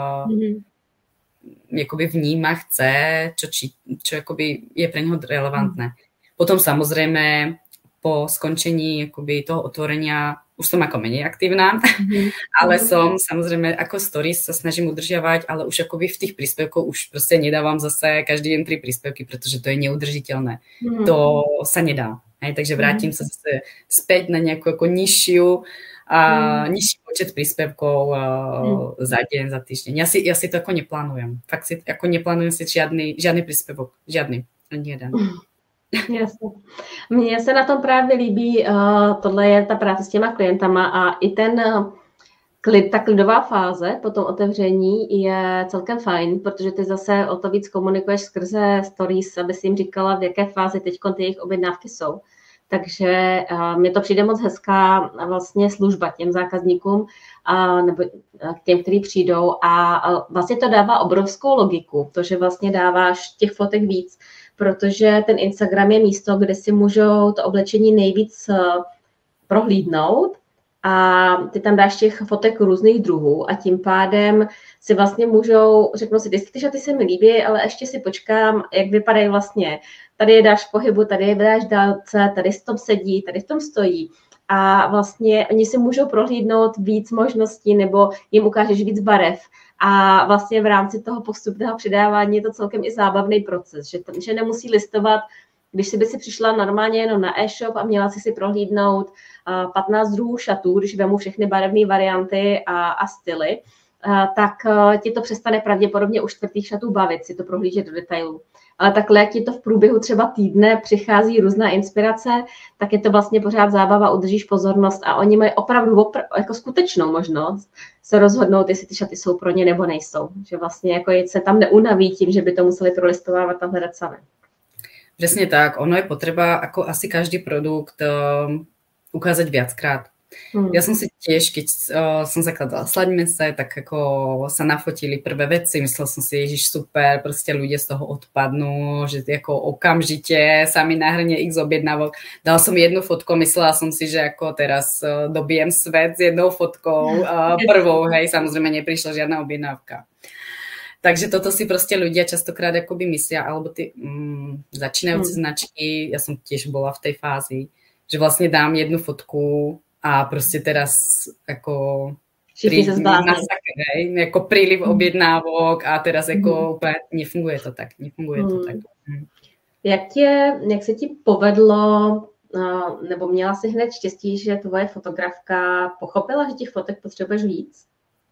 akoby vníma, chce, čo akoby je pre neho relevantné. Potom samozrejme po skončení akoby toho otvorenia už som ako menej aktívna, ale som samozrejme ako stories sa snažím udržiavať, ale už akoby v tých príspevkoch už proste nedávam zase každý deň 3 príspevky, pretože to je neudržiteľné. To sa nedá. Hej, takže vrátim sa zase späť na nejakú ako nižší počet príspevkov za deň, za týždeň. Ja si to ako neplánujem. Fakt si ako neplánujem si žiadny príspevok. Žiadny. Ani jeden. Jasně. Mně se na tom právě líbí, tohle je ta práce s těma klientama a i ta klidová fáze po tom otevření je celkem fajn, protože ty zase o to víc komunikuješ skrze stories, aby si jim říkala, v jaké fázi teď ty jejich objednávky jsou. takže mně to přijde moc hezká vlastně služba těm zákazníkům nebo k těm, kteří přijdou a vlastně to dává obrovskou logiku, to, že vlastně dáváš těch fotek víc, protože ten Instagram je místo, kde si můžou to oblečení nejvíc prohlídnout a ty tam dáš těch fotek různých druhů a tím pádem si vlastně můžou, řeknou si, ty šaty se mi líbí, ale ještě si počkám, jak vypadají vlastně. Tady je dáš v pohybu, tady je dáš v dálce, tady v tom sedí, tady v tom stojí. A vlastně oni si můžou prohlídnout víc možností nebo jim ukážeš víc barev. A vlastně v rámci toho postupného přidávání je to celkem i zábavný proces, že nemusí listovat, když si by si přišla normálně jenom na e-shop a měla si prohlídnout 15 druhů šatů, když vemu všechny barevné varianty a styly, tak ti to přestane pravděpodobně u čtvrtých šatů bavit, si to prohlížet do detailů. Ale takhle, jak ti to v průběhu třeba týdne přichází různá inspirace, tak je to vlastně pořád zábava, udržíš pozornost a oni mají opravdu jako skutečnou možnost se rozhodnout, jestli ty šaty jsou pro ně nebo nejsou. Že vlastně jako se tam neunaví tím, že by to museli prolistovávat a hledat sami. Presne tak. Ono je potreba, ako asi každý produkt, ukázať viackrát. Ja som si tiež, keď som zakladala Slaďme sa, tak ako sa nafotili prvé veci, myslel som si, ježiš, super, proste ľudia z toho odpadnú, že ako okamžite sa mi nahrnie x objednávok. Dala som jednu fotku, myslela som si, že ako teraz dobijem svet s jednou fotkou prvou, hej, samozrejme neprišla žiadna objednávka. Takže toto si proste ľudia častokrát akoby myslia, alebo ty začínajúce značky, ja som tiež bola v tej fázi, že vlastne dám jednu fotku a proste teraz ako ako príliv objednávok a teraz ako úplne nefunguje to tak. Jak se ti povedlo, nebo měla si hned štěstí, že tvoje fotografka pochopila, že těch fotek potřebuješ víc?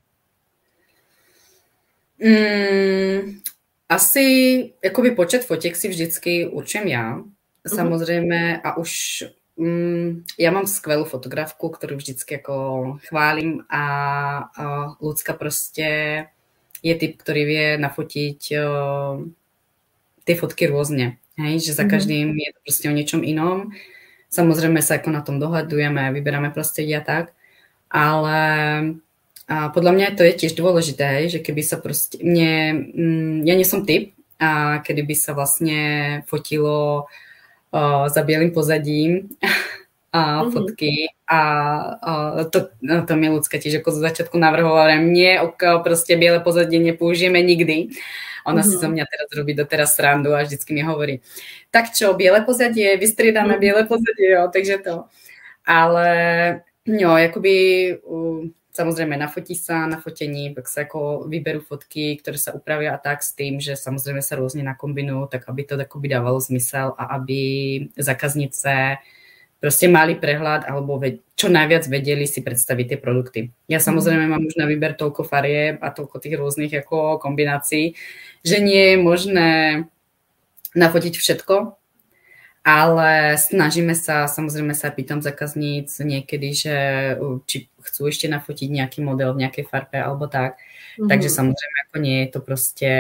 Asi akoby počet fotiek si vždycky určím ja. Samozrejme a už ja mám skvelú fotografku, ktorú vždycky ako chválim a Ľudská proste je typ, ktorý vie nafotiť tie fotky rôzne. Hej? Že za každým je to proste o niečom inom. Samozrejme sa ako na tom dohadujeme, vyberáme prostredia tak, ale podľa mňa to je tiež dôležité, že keby sa proste ja nie som typ, a kedy by sa vlastne fotilo za bielým pozadím a fotky a to mi Ľudská tiež ako zo začiatku navrhovala, nie, proste biele pozadie nepoužijeme nikdy. Ona si zo mňa teraz robí doteraz srandu a vždycky mi hovorí, tak čo, biele pozadie, vystriedáme biele pozadie, jo, takže to. Ale jo, jakoby samozrejme nafotí sa na fotení, pak sa ako vyberú fotky, ktoré sa upravia a tak s tým, že samozrejme sa rôzne nakombinujú, tak aby to akoby dávalo zmysel a aby zákaznice proste mali prehľad alebo čo najviac vedeli si predstaviť tie produkty. Ja samozrejme mám už na výber toľko farieb a toľko tých rôznych ako kombinácií, že nie je možné nafotiť všetko, ale snažíme sa, samozrejme sa pýtam zákazníc niekedy, že či chcú ešte nafotiť nejaký model v nejakej farbe alebo tak. Takže samozrejme ako nie je to proste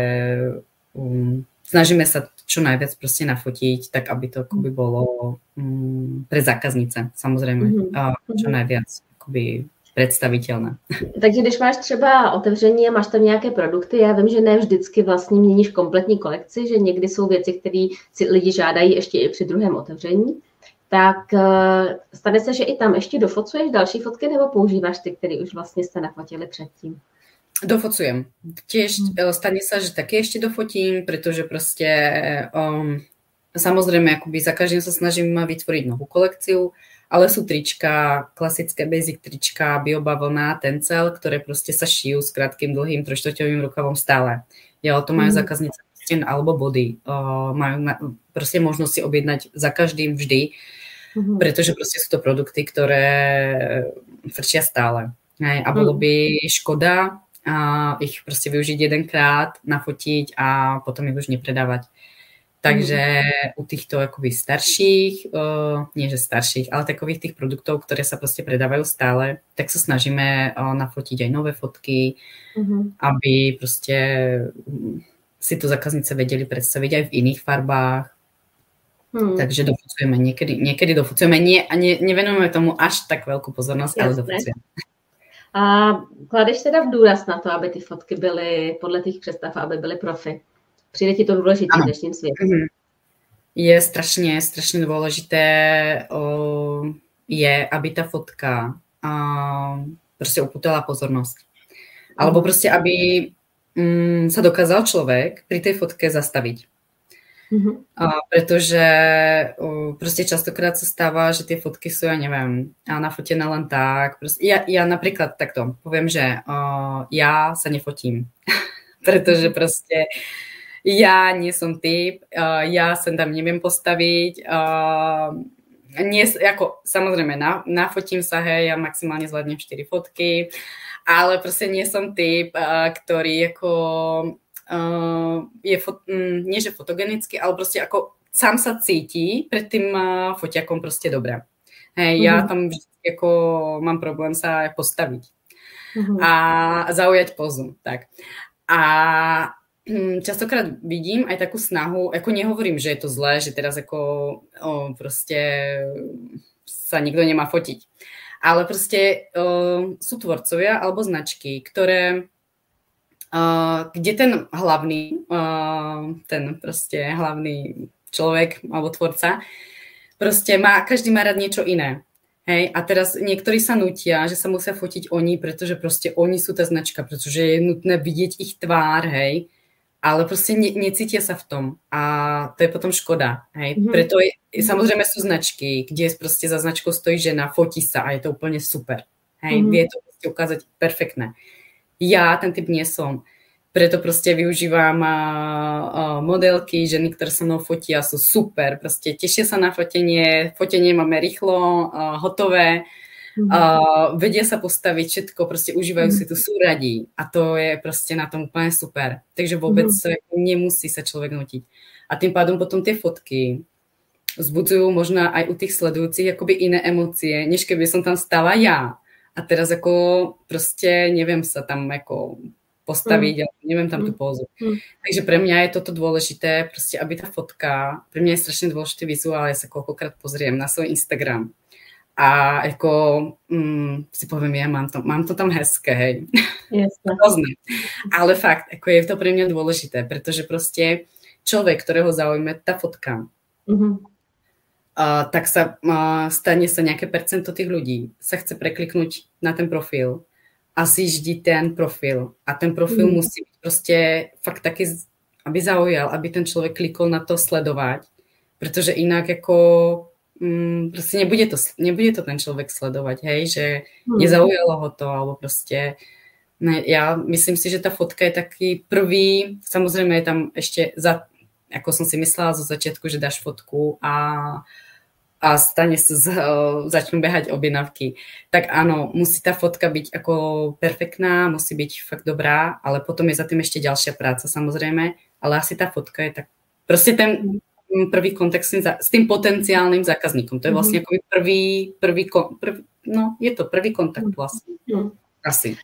snažíme sa čo najviac proste nafotiť, tak aby to akoby bolo pre zákaznice, samozrejme čo najviac akoby představitelné. Takže když máš třeba otevření a máš tam nějaké produkty, já vím, že ne vždycky vlastně měníš kompletní kolekci, že někdy jsou věci, které si lidi žádají ještě i při druhém otevření, tak stane se, že i tam ještě dofocuješ další fotky nebo používáš ty, které už vlastně jste nafotili předtím? Dofocujem. Tiež stane sa, že také ešte dofotím, pretože proste samozrejme akoby za každým sa snažím vytvoriť novú kolekciu, ale sú trička, klasické basic trička, biobavlna, tencel, ktoré proste sa šijú s krátkým, dlhým, trojštvrťovým rukavom stále. Ale to majú zákaznice alebo body. Majú proste možnosť si objednať za každým vždy, pretože proste sú to produkty, ktoré frčia stále. A bolo by škoda ich proste využiť jedenkrát, nafotiť a potom ich už nepredávať. Takže u týchto akoby starších, nie že starších, ale takových tých produktov, ktoré sa proste predávajú stále, tak sa snažíme nafotiť aj nové fotky, aby proste si to zákaznice vedeli predstaviť aj v iných farbách. Takže dofucujeme, niekedy dofucujeme, nevenujeme tomu až tak veľkú pozornosť, ale dofucujeme. A kladeš teda v důraz na to, aby ty fotky byly podle těch představ, aby byly profi? Přijde ti to důležité v dnešním světě? Je strašne dôležité, aby tá fotka proste upútala pozornosť. Alebo proste, aby sa dokázal človek pri tej fotke zastaviť. Pretože proste častokrát sa stáva, že tie fotky sú, ja neviem, nafotené len tak. Ja napríklad takto poviem, že ja sa nefotím, pretože proste ja nie som typ, ja sa tam neviem postaviť. Samozrejme, nafotím sa, hej, ja maximálne zvládnem 4 fotky, ale proste nie som typ, ktorý ako nie že fotogenický, ale proste ako sám sa cíti pred tým foťakom proste dobre. Hej, ja tam vždy ako mám problém sa postaviť a zaujať pozu. Tak. A častokrát vidím aj takú snahu, ako nehovorím, že je to zlé, že teraz ako proste sa nikto nemá fotiť. Ale proste sú tvorcovia alebo značky, ktoré kde ten hlavný človek alebo tvorca proste každý má rád niečo iné. Hej, a teraz niektorí sa nutia, že sa musia fotiť oni, pretože proste oni sú tá značka, pretože je nutné vidieť ich tvár, hej, ale proste necítia sa v tom a to je potom škoda, hej. Preto samozrejme sú značky, kde proste za značkou stojí žena, fotí sa a je to úplne super, hej, vie to proste ukázať perfektné. Ja ten typ nie som. Preto proste využívam modelky, ženy, ktoré sa mnou fotia, sú super. Proste tešia sa na fotenie máme rýchlo, hotové, vedia sa postaviť všetko, proste užívajú si tú súradí a to je proste na tom úplne super. Takže vôbec nemusí sa človek nutiť. A tým pádom potom tie fotky vzbudzujú možno aj u tých sledujúcich akoby iné emócie, než keby som tam stala ja. A teraz ako proste neviem sa tam ako postaviť, ale neviem tam tú pózu. Takže pre mňa je toto dôležité, proste aby tá fotka, pre mňa je strašne dôležitý vizuál, ja sa koľkokrát pozriem na svoj Instagram a ako si poviem, ja mám to tam hezké, hej. Rôzne. Ale fakt, ako je to pre mňa dôležité, pretože proste človek, ktorého zaujme tá fotka, tak sa stane sa nejaké percento tých ľudí, sa chce prekliknúť na ten profil a zjíždí ten profil. A ten profil musí byť proste fakt taký, aby zaujal, aby ten človek klikol na to sledovať, pretože inak ako proste nebude to ten človek sledovať, hej, že nezaujalo ho to, alebo proste ja myslím si, že tá fotka je taký prvý, samozrejme je tam ešte ako som si myslela zo začiatku, že dáš fotku a začnú behať objednávky. Tak áno, musí tá fotka byť ako perfektná, musí byť fakt dobrá, ale potom je za tým ešte ďalšia práca samozrejme, ale asi tá fotka je tak proste ten prvý kontakt s tým potenciálnym zákazníkom. To je vlastne ako je to prvý kontakt vlastne. Asi.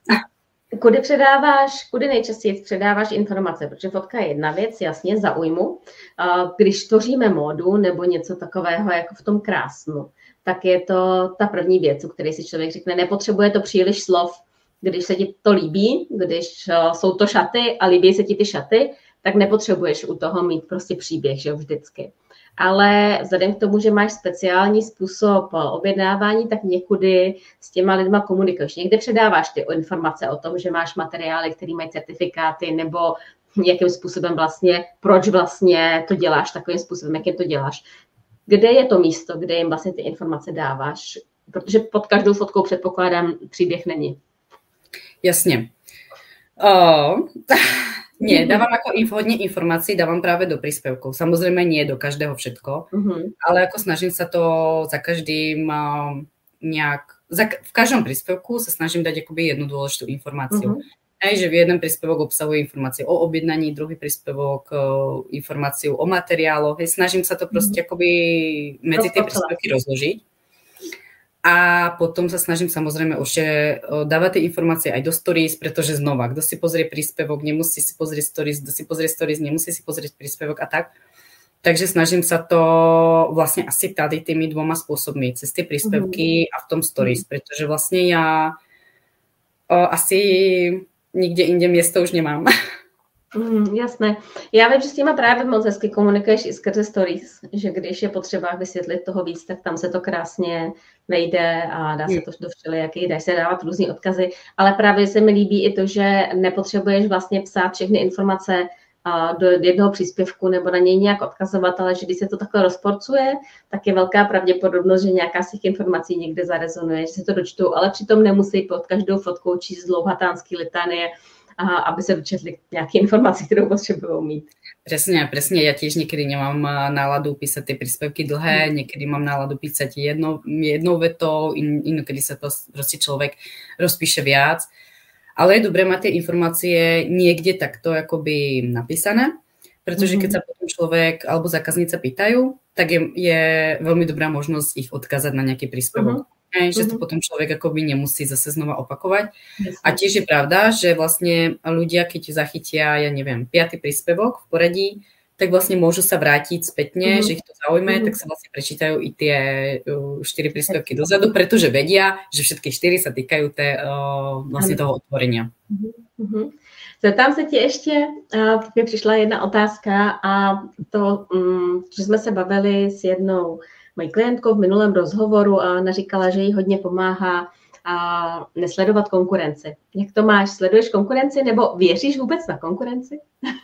Kudy nejčastěji předáváš informace? Protože fotka je jedna věc, jasně, zaujmu. Když tvoříme módu nebo něco takového jako v tom krásnu, tak je to ta první věc, u které si člověk řekne, nepotřebuje to příliš slov. Když se ti to líbí, když jsou to šaty a líbí se ti ty šaty, tak nepotřebuješ u toho mít prostě příběh, že jo, vždycky. Ale vzhledem k tomu, že máš speciální způsob objednávání, tak někudy s těma lidma komunikuješ. Někde předáváš ty informace o tom, že máš materiály, které mají certifikáty, nebo jakým způsobem vlastně, proč vlastně to děláš takovým způsobem, jak je to děláš. Kde je to místo, kde jim vlastně ty informace dáváš? Protože pod každou fotkou předpokládám, příběh není. Jasně. Nie, dávam ako hodne informácií, dávam práve do príspevkov. Samozrejme nie do každého všetko, ale ako snažím sa to za každým v každom príspevku sa snažím dať akoby jednu dôležitú informáciu. Hej, že jeden príspevok obsahuje informácie o objednaní, druhý príspevok informáciu o materiáloch. Hej, snažím sa to proste akoby medzi tie príspevky rozložiť. A potom sa snažím samozrejme už dávať tie informácie aj do stories, pretože znova, kto si pozrie príspevok, nemusí si pozrieť stories, kto si pozrie stories, nemusí si pozrieť príspevok a tak. Takže snažím sa to vlastne asi tady tými dvoma spôsobmi, cez tie príspevky a v tom stories, pretože vlastne ja asi nikde inde miesto už nemám. Jasné. Já vím, že s těma právě moc hezky komunikuješ i skrze stories, že když je potřeba vysvětlit toho víc, tak tam se to krásně vejde a dá se to do všelijakých, dá se dávat různý odkazy, ale právě se mi líbí i to, že nepotřebuješ vlastně psát všechny informace do jednoho příspěvku nebo na něj nějak odkazovat, ale že když se to takhle rozporcuje, tak je velká pravděpodobnost, že nějaká z těch informací někde zarezonuje, že se to dočtou, ale přitom nemusí pod každou fotkou číst dlouhatánský litanie, aby se dočetli nějaké informace, kterou potřebují mít. Presne. Ja tiež niekedy nemám náladu písať tie príspevky dlhé, niekedy mám náladu písať jednou vetou, inokedy sa to proste človek rozpíše viac. Ale je dobré mať tie informácie niekde takto akoby napísané, pretože keď sa potom človek alebo zákazníci pýtajú, tak je veľmi dobrá možnosť ich odkázať na nejaký príspevok. Že to potom človek akoby nemusí zase znova opakovať. A tiež je pravda, že vlastne ľudia, keď zachytia, ja neviem, 5. príspevok v poradí, tak vlastne môžu sa vrátiť spätne, že ich to zaujme, tak sa vlastne prečítajú i tie 4 príspevky dozadu, pretože vedia, že všetky 4 sa týkajú vlastne toho otvorenia. Zeptám se ti ještě, mi přišla jedna otázka a to, že jsme se bavili s jednou mojí klientkou v minulém rozhovoru a ona říkala, že jí hodně pomáhá nesledovat konkurenci. Jak to máš? Sleduješ konkurenci nebo věříš vůbec na konkurenci?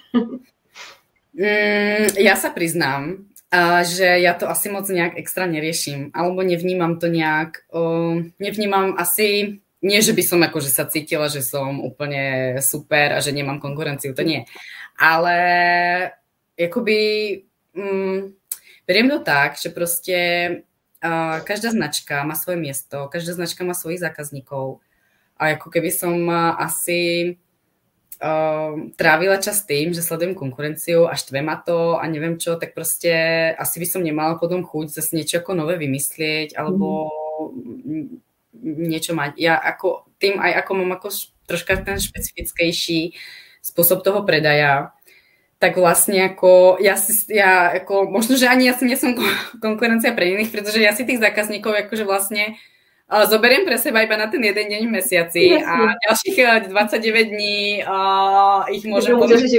Ja sa priznám, že ja to asi moc nejak extra neriešim, alebo nevnímam to nejak, nevnímam asi, nie že by som akože sa cítila, že som úplne super a že nemám konkurenciu, to nie. Ale akoby beriem to tak, že proste každá značka má svoje miesto, každá značka má svojich zákazníkov a ako keby som asi trávila čas tým, že sledujem konkurenciu a štve ma to a neviem čo, tak proste asi by som nemala potom chuť zase niečo ako nové vymyslieť alebo niečo mať. Ja ako tým aj ako mám ako troška ten špecifickejší spôsob toho predaja, tak vlastne ako ja ako možno, že ani ja si nie som konkurencia pre iných, pretože ja si tých zákazníkov akože vlastne zoberiem pre seba iba na ten jeden deň v mesiaci a ďalších 29 dní ich môžem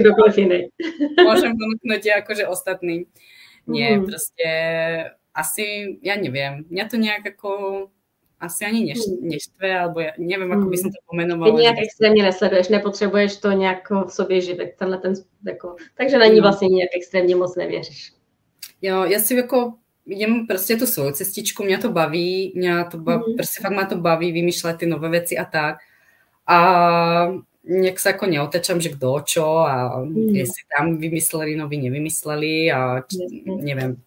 ponúknuť akože ostatným. Nie, proste asi, ja neviem, mňa to nejak ako asi ani neštve, alebo ja neviem, ako by som to pomenovala. Ty nejak extrémně nesleduješ, nepotřebuješ to nějak v sobě živit, takže na ní vlastně nějak extrémně moc nevěříš. Jo, ja si ako idem proste tú svoju cestičku, mňa to baví, proste fakt ma to baví vymýšľať tie nové veci a tak. A nejak sa ako neotačam, že kto čo a jestli tam vymysleli, noví nevymysleli a neviem.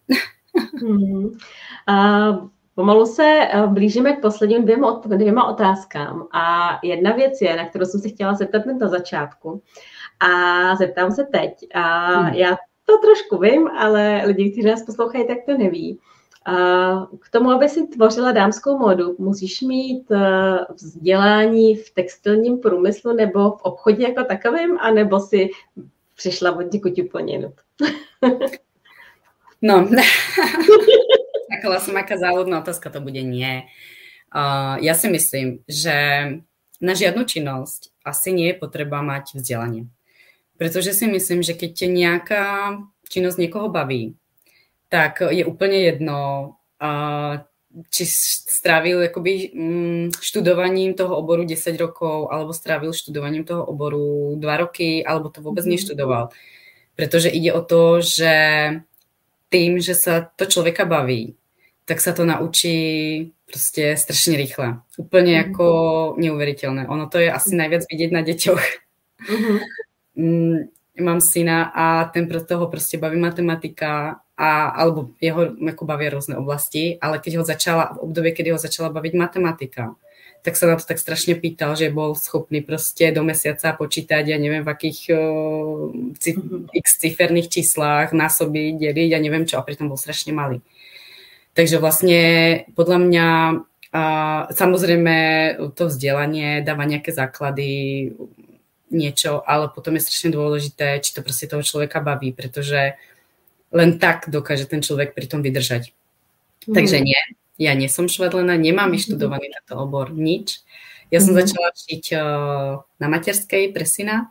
Pomalu se blížíme k posledním dvěma otázkám a jedna věc je, na kterou jsem se chtěla zeptat na začátku a zeptám se teď. Já to trošku vím, ale lidi, kteří nás poslouchají, tak to neví. K tomu, aby si tvořila dámskou módu, musíš mít vzdělání v textilním průmyslu nebo v obchodě jako takovém, anebo si přišla od někud úplně jinut? No, čakala som, aká závodná otázka to bude. Nie. Ja si myslím, že na žiadnu činnosť asi nie je potreba mať vzdelanie. Pretože si myslím, že keď nejaká činnosť niekoho baví, tak je úplne jedno, či strávil akoby študovaním toho oboru 10 rokov, alebo strávil študovaním toho oboru 2 roky, alebo to vôbec neštudoval. Pretože ide o to, že tým, že sa to človeka baví, tak sa to naučí proste strašne rýchle. Úplne ako neuveriteľné. Ono to je asi najviac vidieť na deťoch. Mám syna a ten pro toho proste baví matematika alebo jeho ako bavia rôzne oblasti, ale keď ho začala, v obdobie, kedy ho začala baviť matematika, tak sa na to tak strašne pýtal, že bol schopný proste do mesiaca počítať, ja neviem v akých x ciferných číslach, násobiť, deliť a neviem čo, a pritom bol strašne malý. Takže vlastne podľa mňa samozrejme to vzdelanie dáva nejaké základy, niečo, ale potom je strašne dôležité, či to proste toho človeka baví, pretože len tak dokáže ten človek pri tom vydržať. Takže nie, ja nie som švadlená, nemám vyštudovaný tento obor, nič. Ja som začala šiť na materskej pre syna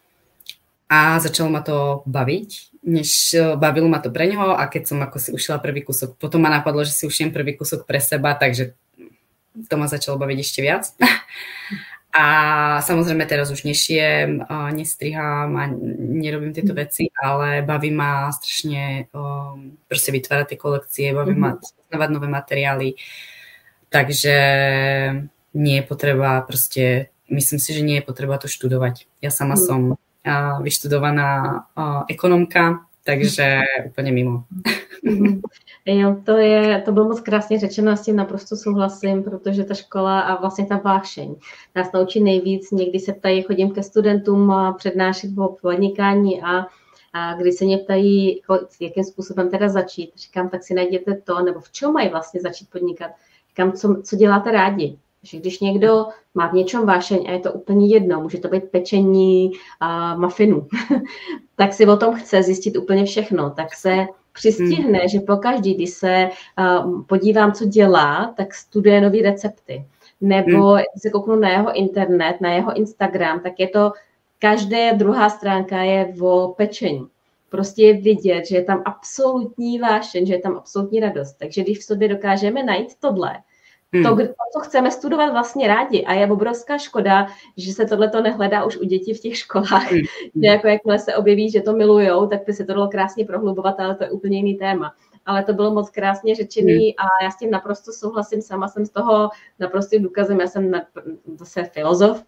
a začalo ma to baviť, než bavilo ma to pre ňoho a keď som ako si ušila prvý kúsok, potom ma napadlo, že si ušijem prvý kúsok pre seba, takže to ma začalo baviť ešte viac. A samozrejme teraz už nešijem, nestrihám a nerobím tieto veci, ale baví ma strašne proste vytvárať tie kolekcie, baví ma spoznávať nové materiály. Takže nie je potreba proste, myslím si, že nie je potreba to študovať. Ja sama som vyštudovaná ekonomka, takže úplně mimo. Jo, to bylo moc krásně řečeno, s tím naprosto souhlasím, protože ta škola a vlastně ta vášeň nás naučí nejvíc. Někdy se ptají, chodím ke studentům přednášet o podnikání a když se mě ptají, jakým způsobem teda začít, říkám, tak si najděte to, nebo v čem mají vlastně začít podnikat. Říkám, co děláte rádi. Že když někdo má v něčem vášeň a je to úplně jedno, může to být pečení muffinů, tak si o tom chce zjistit úplně všechno, tak se přistihne, že pokaždý, když se podívám, co dělá, tak studuje nový recepty. Nebo se kouknu na jeho internet, na jeho Instagram, tak je to, každá druhá stránka je o pečení. Prostě je vidět, že je tam absolutní vášeň, že je tam absolutní radost. Takže když v sobě dokážeme najít tohle, to, co chceme studovat vlastně rádi. A je obrovská škoda, že se tohleto nehledá už u dětí v těch školách. Že jako jakmile se objeví, že to milujou, tak by se to dalo krásně prohlubovat, ale to je úplně jiný téma. Ale to bylo moc krásně řečený a já s tím naprosto souhlasím. Sama jsem z toho naprostým důkazem. Já jsem zase filozof,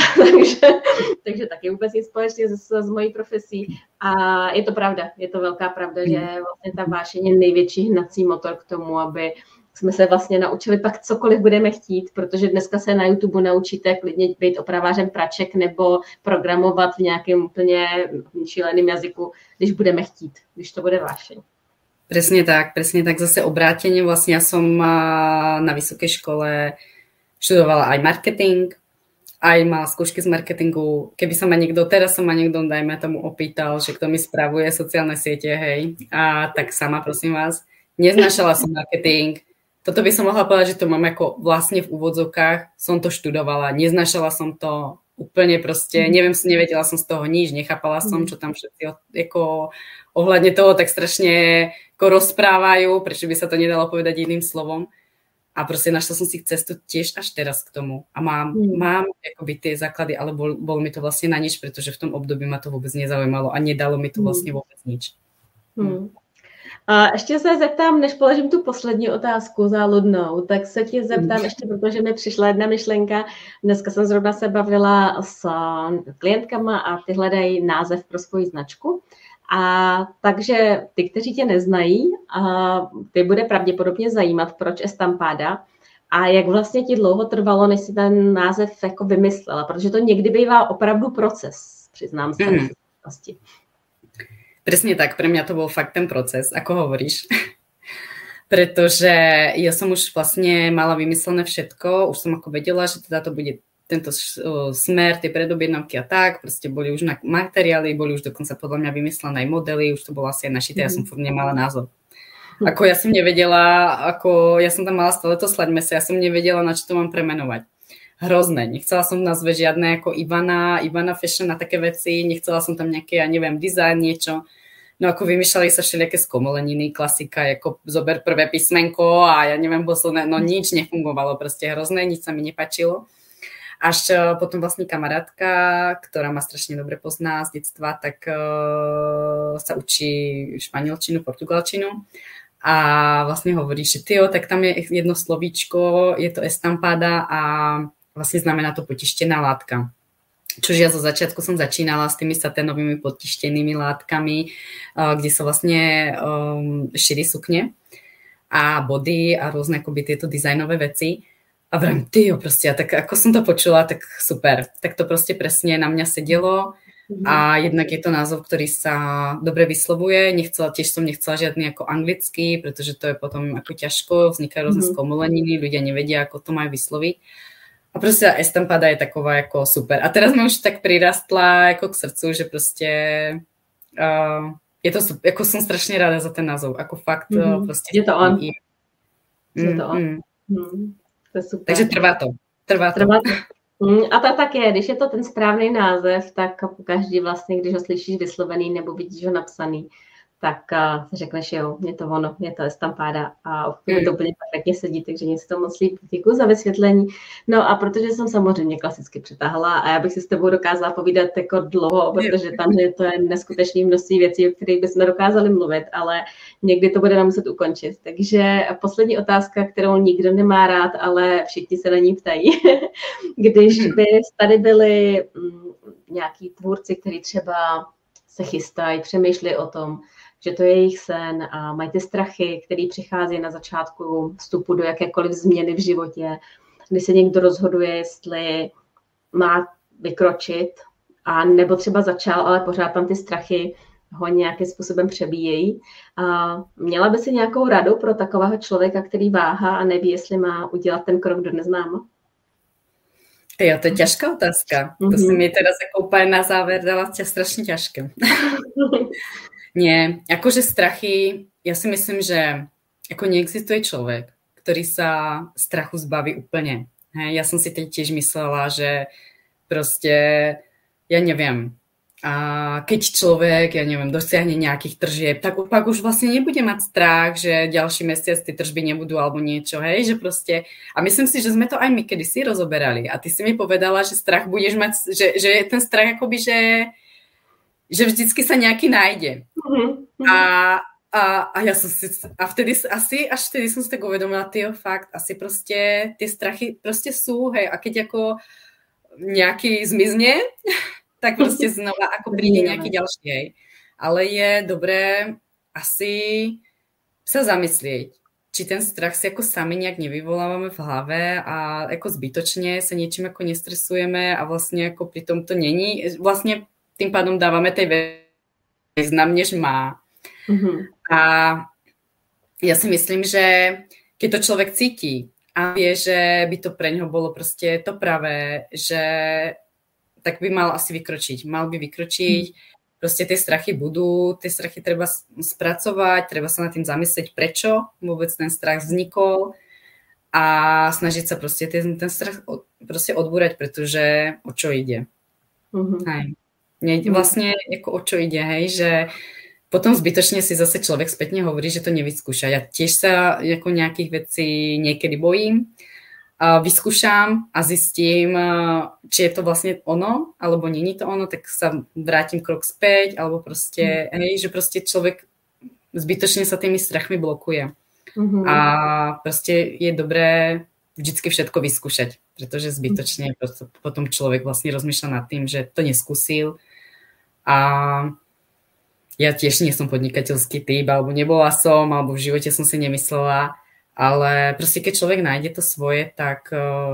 takže taky vůbec nic společného s mojí profesí. A je to pravda, je to velká pravda, že vlastně ta vášeň je největší hnací motor k tomu, aby jsme se vlastně naučili pak cokoliv budeme chtít, protože dneska se na YouTube naučíte klidně být opravářem praček nebo programovat v nějakém úplně šíleném jazyku, když budeme chtít, když to bude vášeň. Presne tak. Zase obrátenie, vlastne ja som na vysokej škole študovala aj marketing, aj mala skúšky z marketingu. Keby sa ma niekto, dajme tomu, opýtal, že kto mi spravuje sociálne siete, hej, a tak sama, prosím vás, neznášala som marketing. Toto by som mohla povedať, že to mám ako vlastne v úvodzovkách, som to študovala, neznášala som to úplne proste, nevedela som z toho nič, nechápala som, čo tam všetci ako ohľadne toho tak strašne ako rozprávajú, prečo by sa to nedalo povedať iným slovom. A proste našla som si cestu tiež až teraz k tomu. A mám akoby tie základy, ale bolo mi to vlastne na nič, pretože v tom období ma to vôbec nezaujímalo a nedalo mi to vlastne vôbec nič. A ještě se zeptám, než položím tu poslední otázku záludnou, tak se ti zeptám ještě, protože mi přišla jedna myšlenka. Dneska jsem zrovna se bavila s klientkama a ty hledají název pro svoji značku. A takže ty, kteří tě neznají, ty bude pravděpodobně zajímat, proč Estampada a jak vlastně ti dlouho trvalo, než si ten název jako vymyslela, protože to někdy bývá opravdu proces, přiznám se. Presne tak, pre mňa to bol fakt ten proces, ako hovoríš. Pretože ja som už vlastne mala vymyslené všetko, už som ako vedela, že teda to bude tento smer, tie predobjednávky a tak, proste boli už na materiály, boli už dokonca podľa mňa vymyslené aj modely, už to bolo asi aj našité, ja som furt nemala názov. Ako ja som nevedela, ja som tam mala stále to slaďme sa, ja som nevedela, na čo to mám premenovať. Hrozné. Nechcela som v názve žiadne ako Ivana Fashion a také veci, nechcela som tam nejaké, ja neviem, design, niečo. No ako vymýšľali sa všelijaké skomoleniny, klasika, ako zober prvé písmenko a ja neviem, no nič nefungovalo, proste hrozné, nič sa mi nepáčilo. Až potom vlastne kamarátka, ktorá ma strašne dobre pozná z detstva, tak sa učí španielčinu, portugalčinu a vlastne hovorí, že tak tam je jedno slovíčko, je to Estampada a vlastne znamená to potištená látka. Čože ja zo začiatku som začínala s tými saténovými potištenými látkami, kde sa vlastne šíri sukne a body a rôzne akoby tieto dizajnové veci. A vrám, proste, tak ako som to počula, tak super. Tak to proste presne na mňa sedelo a jednak je to názov, ktorý sa dobre vyslovuje. Tiež som nechcela žiadny ako anglický, pretože to je potom ako ťažko, vznikajú rôzne skomoleniny, ľudia nevedia, ako to majú vysloviť. A proste Estampada je taková ako super. A teraz mi už tak prirastla ako k srdcu, že proste je to super, jako som strašne rada za ten názov, ako fakt prostě. Je to on. Je to on. To je super. Takže trvá to. A to tak je, když je to ten správný název, tak pokaždý vlastně, když ho slyšíš vyslovený nebo vidíš ho napsaný, tak si řekneš, jo, je to ono, je to estampáda a to úplně perfektně sedí, takže nic to moc líp. Děkuji za vysvětlení. No a protože jsem samozřejmě klasicky přetáhla a já bych si s tebou dokázala povídat jako dlouho, protože tam je to neskutečné množství věcí, o kterých bychom dokázali mluvit, ale někdy to budeme muset ukončit. Takže poslední otázka, kterou nikdo nemá rád, ale všichni se na ní ptají. Když by tady byli nějaký tvůrci, kteří třeba se chystají, přemýšlí o tom, že to je jejich sen a mají ty strachy, které přichází na začátku vstupu do jakékoliv změny v životě, kdy se někdo rozhoduje, jestli má vykročit, a nebo třeba začal, ale pořád tam ty strachy ho nějakým způsobem přebíjejí. A měla by si nějakou radu pro takového člověka, který váhá a neví, jestli má udělat ten krok do neznáma? Jo, to je ťažká otázka. To si mi teraz ako úplne na záver dala strašne ťažké. Nie, akože strachy, ja si myslím, že ako neexistuje človek, ktorý sa strachu zbaví úplne. Hej, ja som si tiež myslela, že proste, ja neviem, a keď človek, ja neviem, dosiahne nejakých tržieb, tak pak už vlastne nebude mať strach, že ďalší mesiac tie tržby nebudú alebo niečo, hej, že proste, a myslím si, že sme to aj my kedysi rozoberali a ty si mi povedala, že strach budeš mať, že je ten strach akoby, že vždycky sa nejaký nájde. A ja som si, a vtedy asi, až vtedy som si tak uvedomila, tyjo, fakt, asi proste tie strachy proste sú, hej, a keď ako nejaký zmizne, tak proste znova ako príde nejaký ďalší, hej. Ale je dobré asi sa zamyslieť, či ten strach si ako sami nejak nevyvolávame v hlave a ako zbytočne sa niečím ako nestresujeme a vlastne ako pri tom to není. Vlastne tým pádom dávame tej význam, než má. A ja si myslím, že keď to človek cíti a vie, že by to pre ňoho bolo proste to pravé, že tak by mal asi vykročiť. Mal by vykročiť, proste tie strachy budú, tie strachy treba spracovať, treba sa nad tým zamyslieť, prečo vôbec ten strach vznikol a snažiť sa proste ten strach proste odbúrať, pretože o čo ide. Hej. Vlastne ako o čo ide, hej, že potom zbytočne si zase človek spätne hovorí, že to nevyskúša. Ja tiež sa ako nejakých vecí niekedy bojím, vyskúšam a zistím, či je to vlastne ono, alebo není to ono, tak sa vrátim krok späť, alebo proste, hej, že proste človek zbytočne sa tými strachmi blokuje. A proste je dobré vždycky všetko vyskúšať, pretože zbytočne potom človek vlastne rozmýšľa nad tým, že to neskúsil. A ja tiež nie som podnikateľský typ, alebo nebola som, alebo v živote som si nemyslela, ale proste keď človek nájde to svoje, tak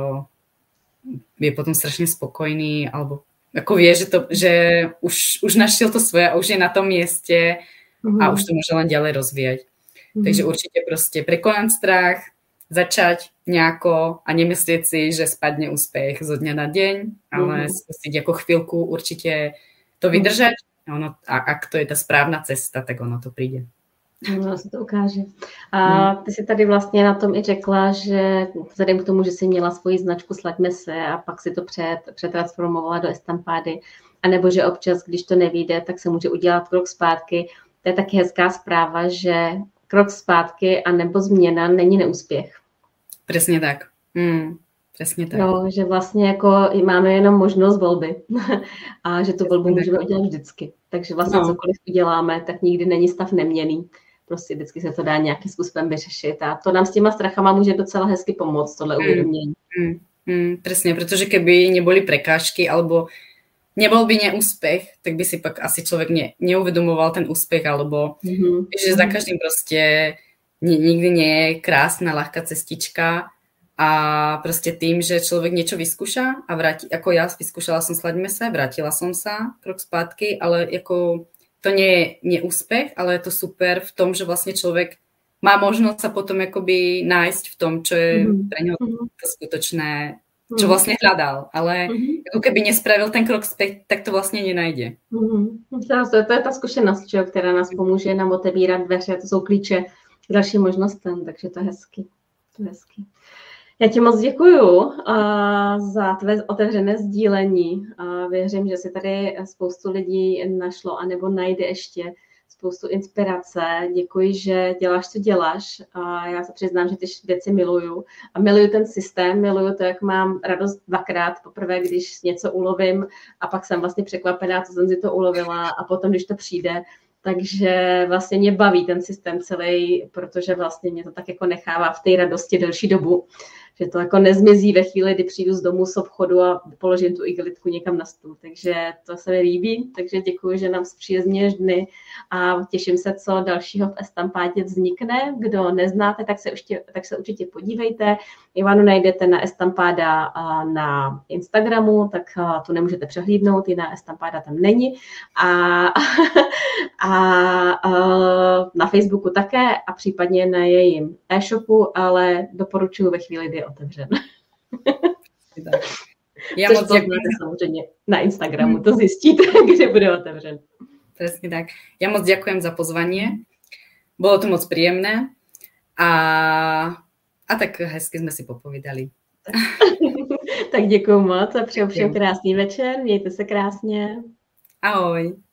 je potom strašne spokojný, alebo ako vie, že už našiel to svoje a už je na tom mieste a už to môže len ďalej rozvíjať. Takže určite proste prekonať strach, začať nejako a nemyslieť si, že spadne úspech zo dňa na deň, ale skúsiť ako chvíľku určite to vydržať a ak to je ta správná cesta, tak ono to přijde. No, se to ukáže. A ty si tady vlastně na tom i řekla, že vzhledem k tomu, že jsi měla svoji značku Slaďme se a pak si to přetransformovala do estampády, anebo že občas, když to nevyjde, tak se může udělat krok zpátky. To je taky hezká zpráva, že krok zpátky a nebo změna není neúspěch. Přesně tak. Přesně tak. No, že vlastně jako máme jenom možnost volby a že tu volbu můžeme udělat vždycky. Takže vlastně cokoliv uděláme, tak nikdy není stav neměnný. Prostě vždycky se to dá nějakým způsobem vyřešit a to nám s těma strachama může docela hezky pomoct, tohle uvědomění. Presne, pretože keby neboli prekážky alebo nebol by neúspech, tak by si pak asi človek neuvedomoval ten úspech, alebo že za každým proste nikdy nie je krásna, ľahká cestička a proste tým, že človek niečo vyskúša a vráti, ako ja vyskúšala som Slaďme se, vrátila som sa krok zpátky, ale ako to nie je neúspech, ale je to super v tom, že vlastne človek má možnosť sa potom akoby nájsť v tom, čo je pre ňo to skutočné čo vlastne hľadal, ale ako keby nespravil ten krok zpět, tak to vlastně nenajde. To je ta zkušenost, která nás pomůže nám otevírat dveře, to jsou klíče k dalším možnostem, takže to je hezky. To je hezky. Já ti moc děkuju za tvé otevřené sdílení. Věřím, že si tady spoustu lidí našlo anebo najde ještě spoustu inspirace. Děkuji, že děláš, co děláš. Já se přiznám, že ty věci miluju. A miluju ten systém, miluju to, jak mám radost dvakrát. Poprvé, když něco ulovím a pak jsem vlastně překvapená, co jsem si to ulovila a potom, když to přijde. Takže vlastně mě baví ten systém celý, protože vlastně mě to tak jako nechává v té radosti delší dobu. Že to jako nezmizí ve chvíli, kdy přijdu z domu z obchodu a položím tu igelitku někam na stůl. Takže to se mi líbí, takže děkuji, že nám zpříjemňuješ dny a těším se, co dalšího v Estampádě vznikne. Kdo neznáte, tak se určitě podívejte. Ivanu najdete na Estampáda na Instagramu, tak to nemůžete přehlídnout, jiná Estampáda tam není. A na Facebooku také a případně na jejím e-shopu, ale doporučuji ve chvíli, kdy je otevřen. Ja což moc samozřejmě na Instagramu, to zjistíte, kde bude otevřen. Presne tak. Ja moc ďakujem za pozvanie. Bolo to moc príjemné a tak hezky sme si popovídali. Tak děkuji moc a přeju všem krásný večer. Mějte se krásně. Ahoj.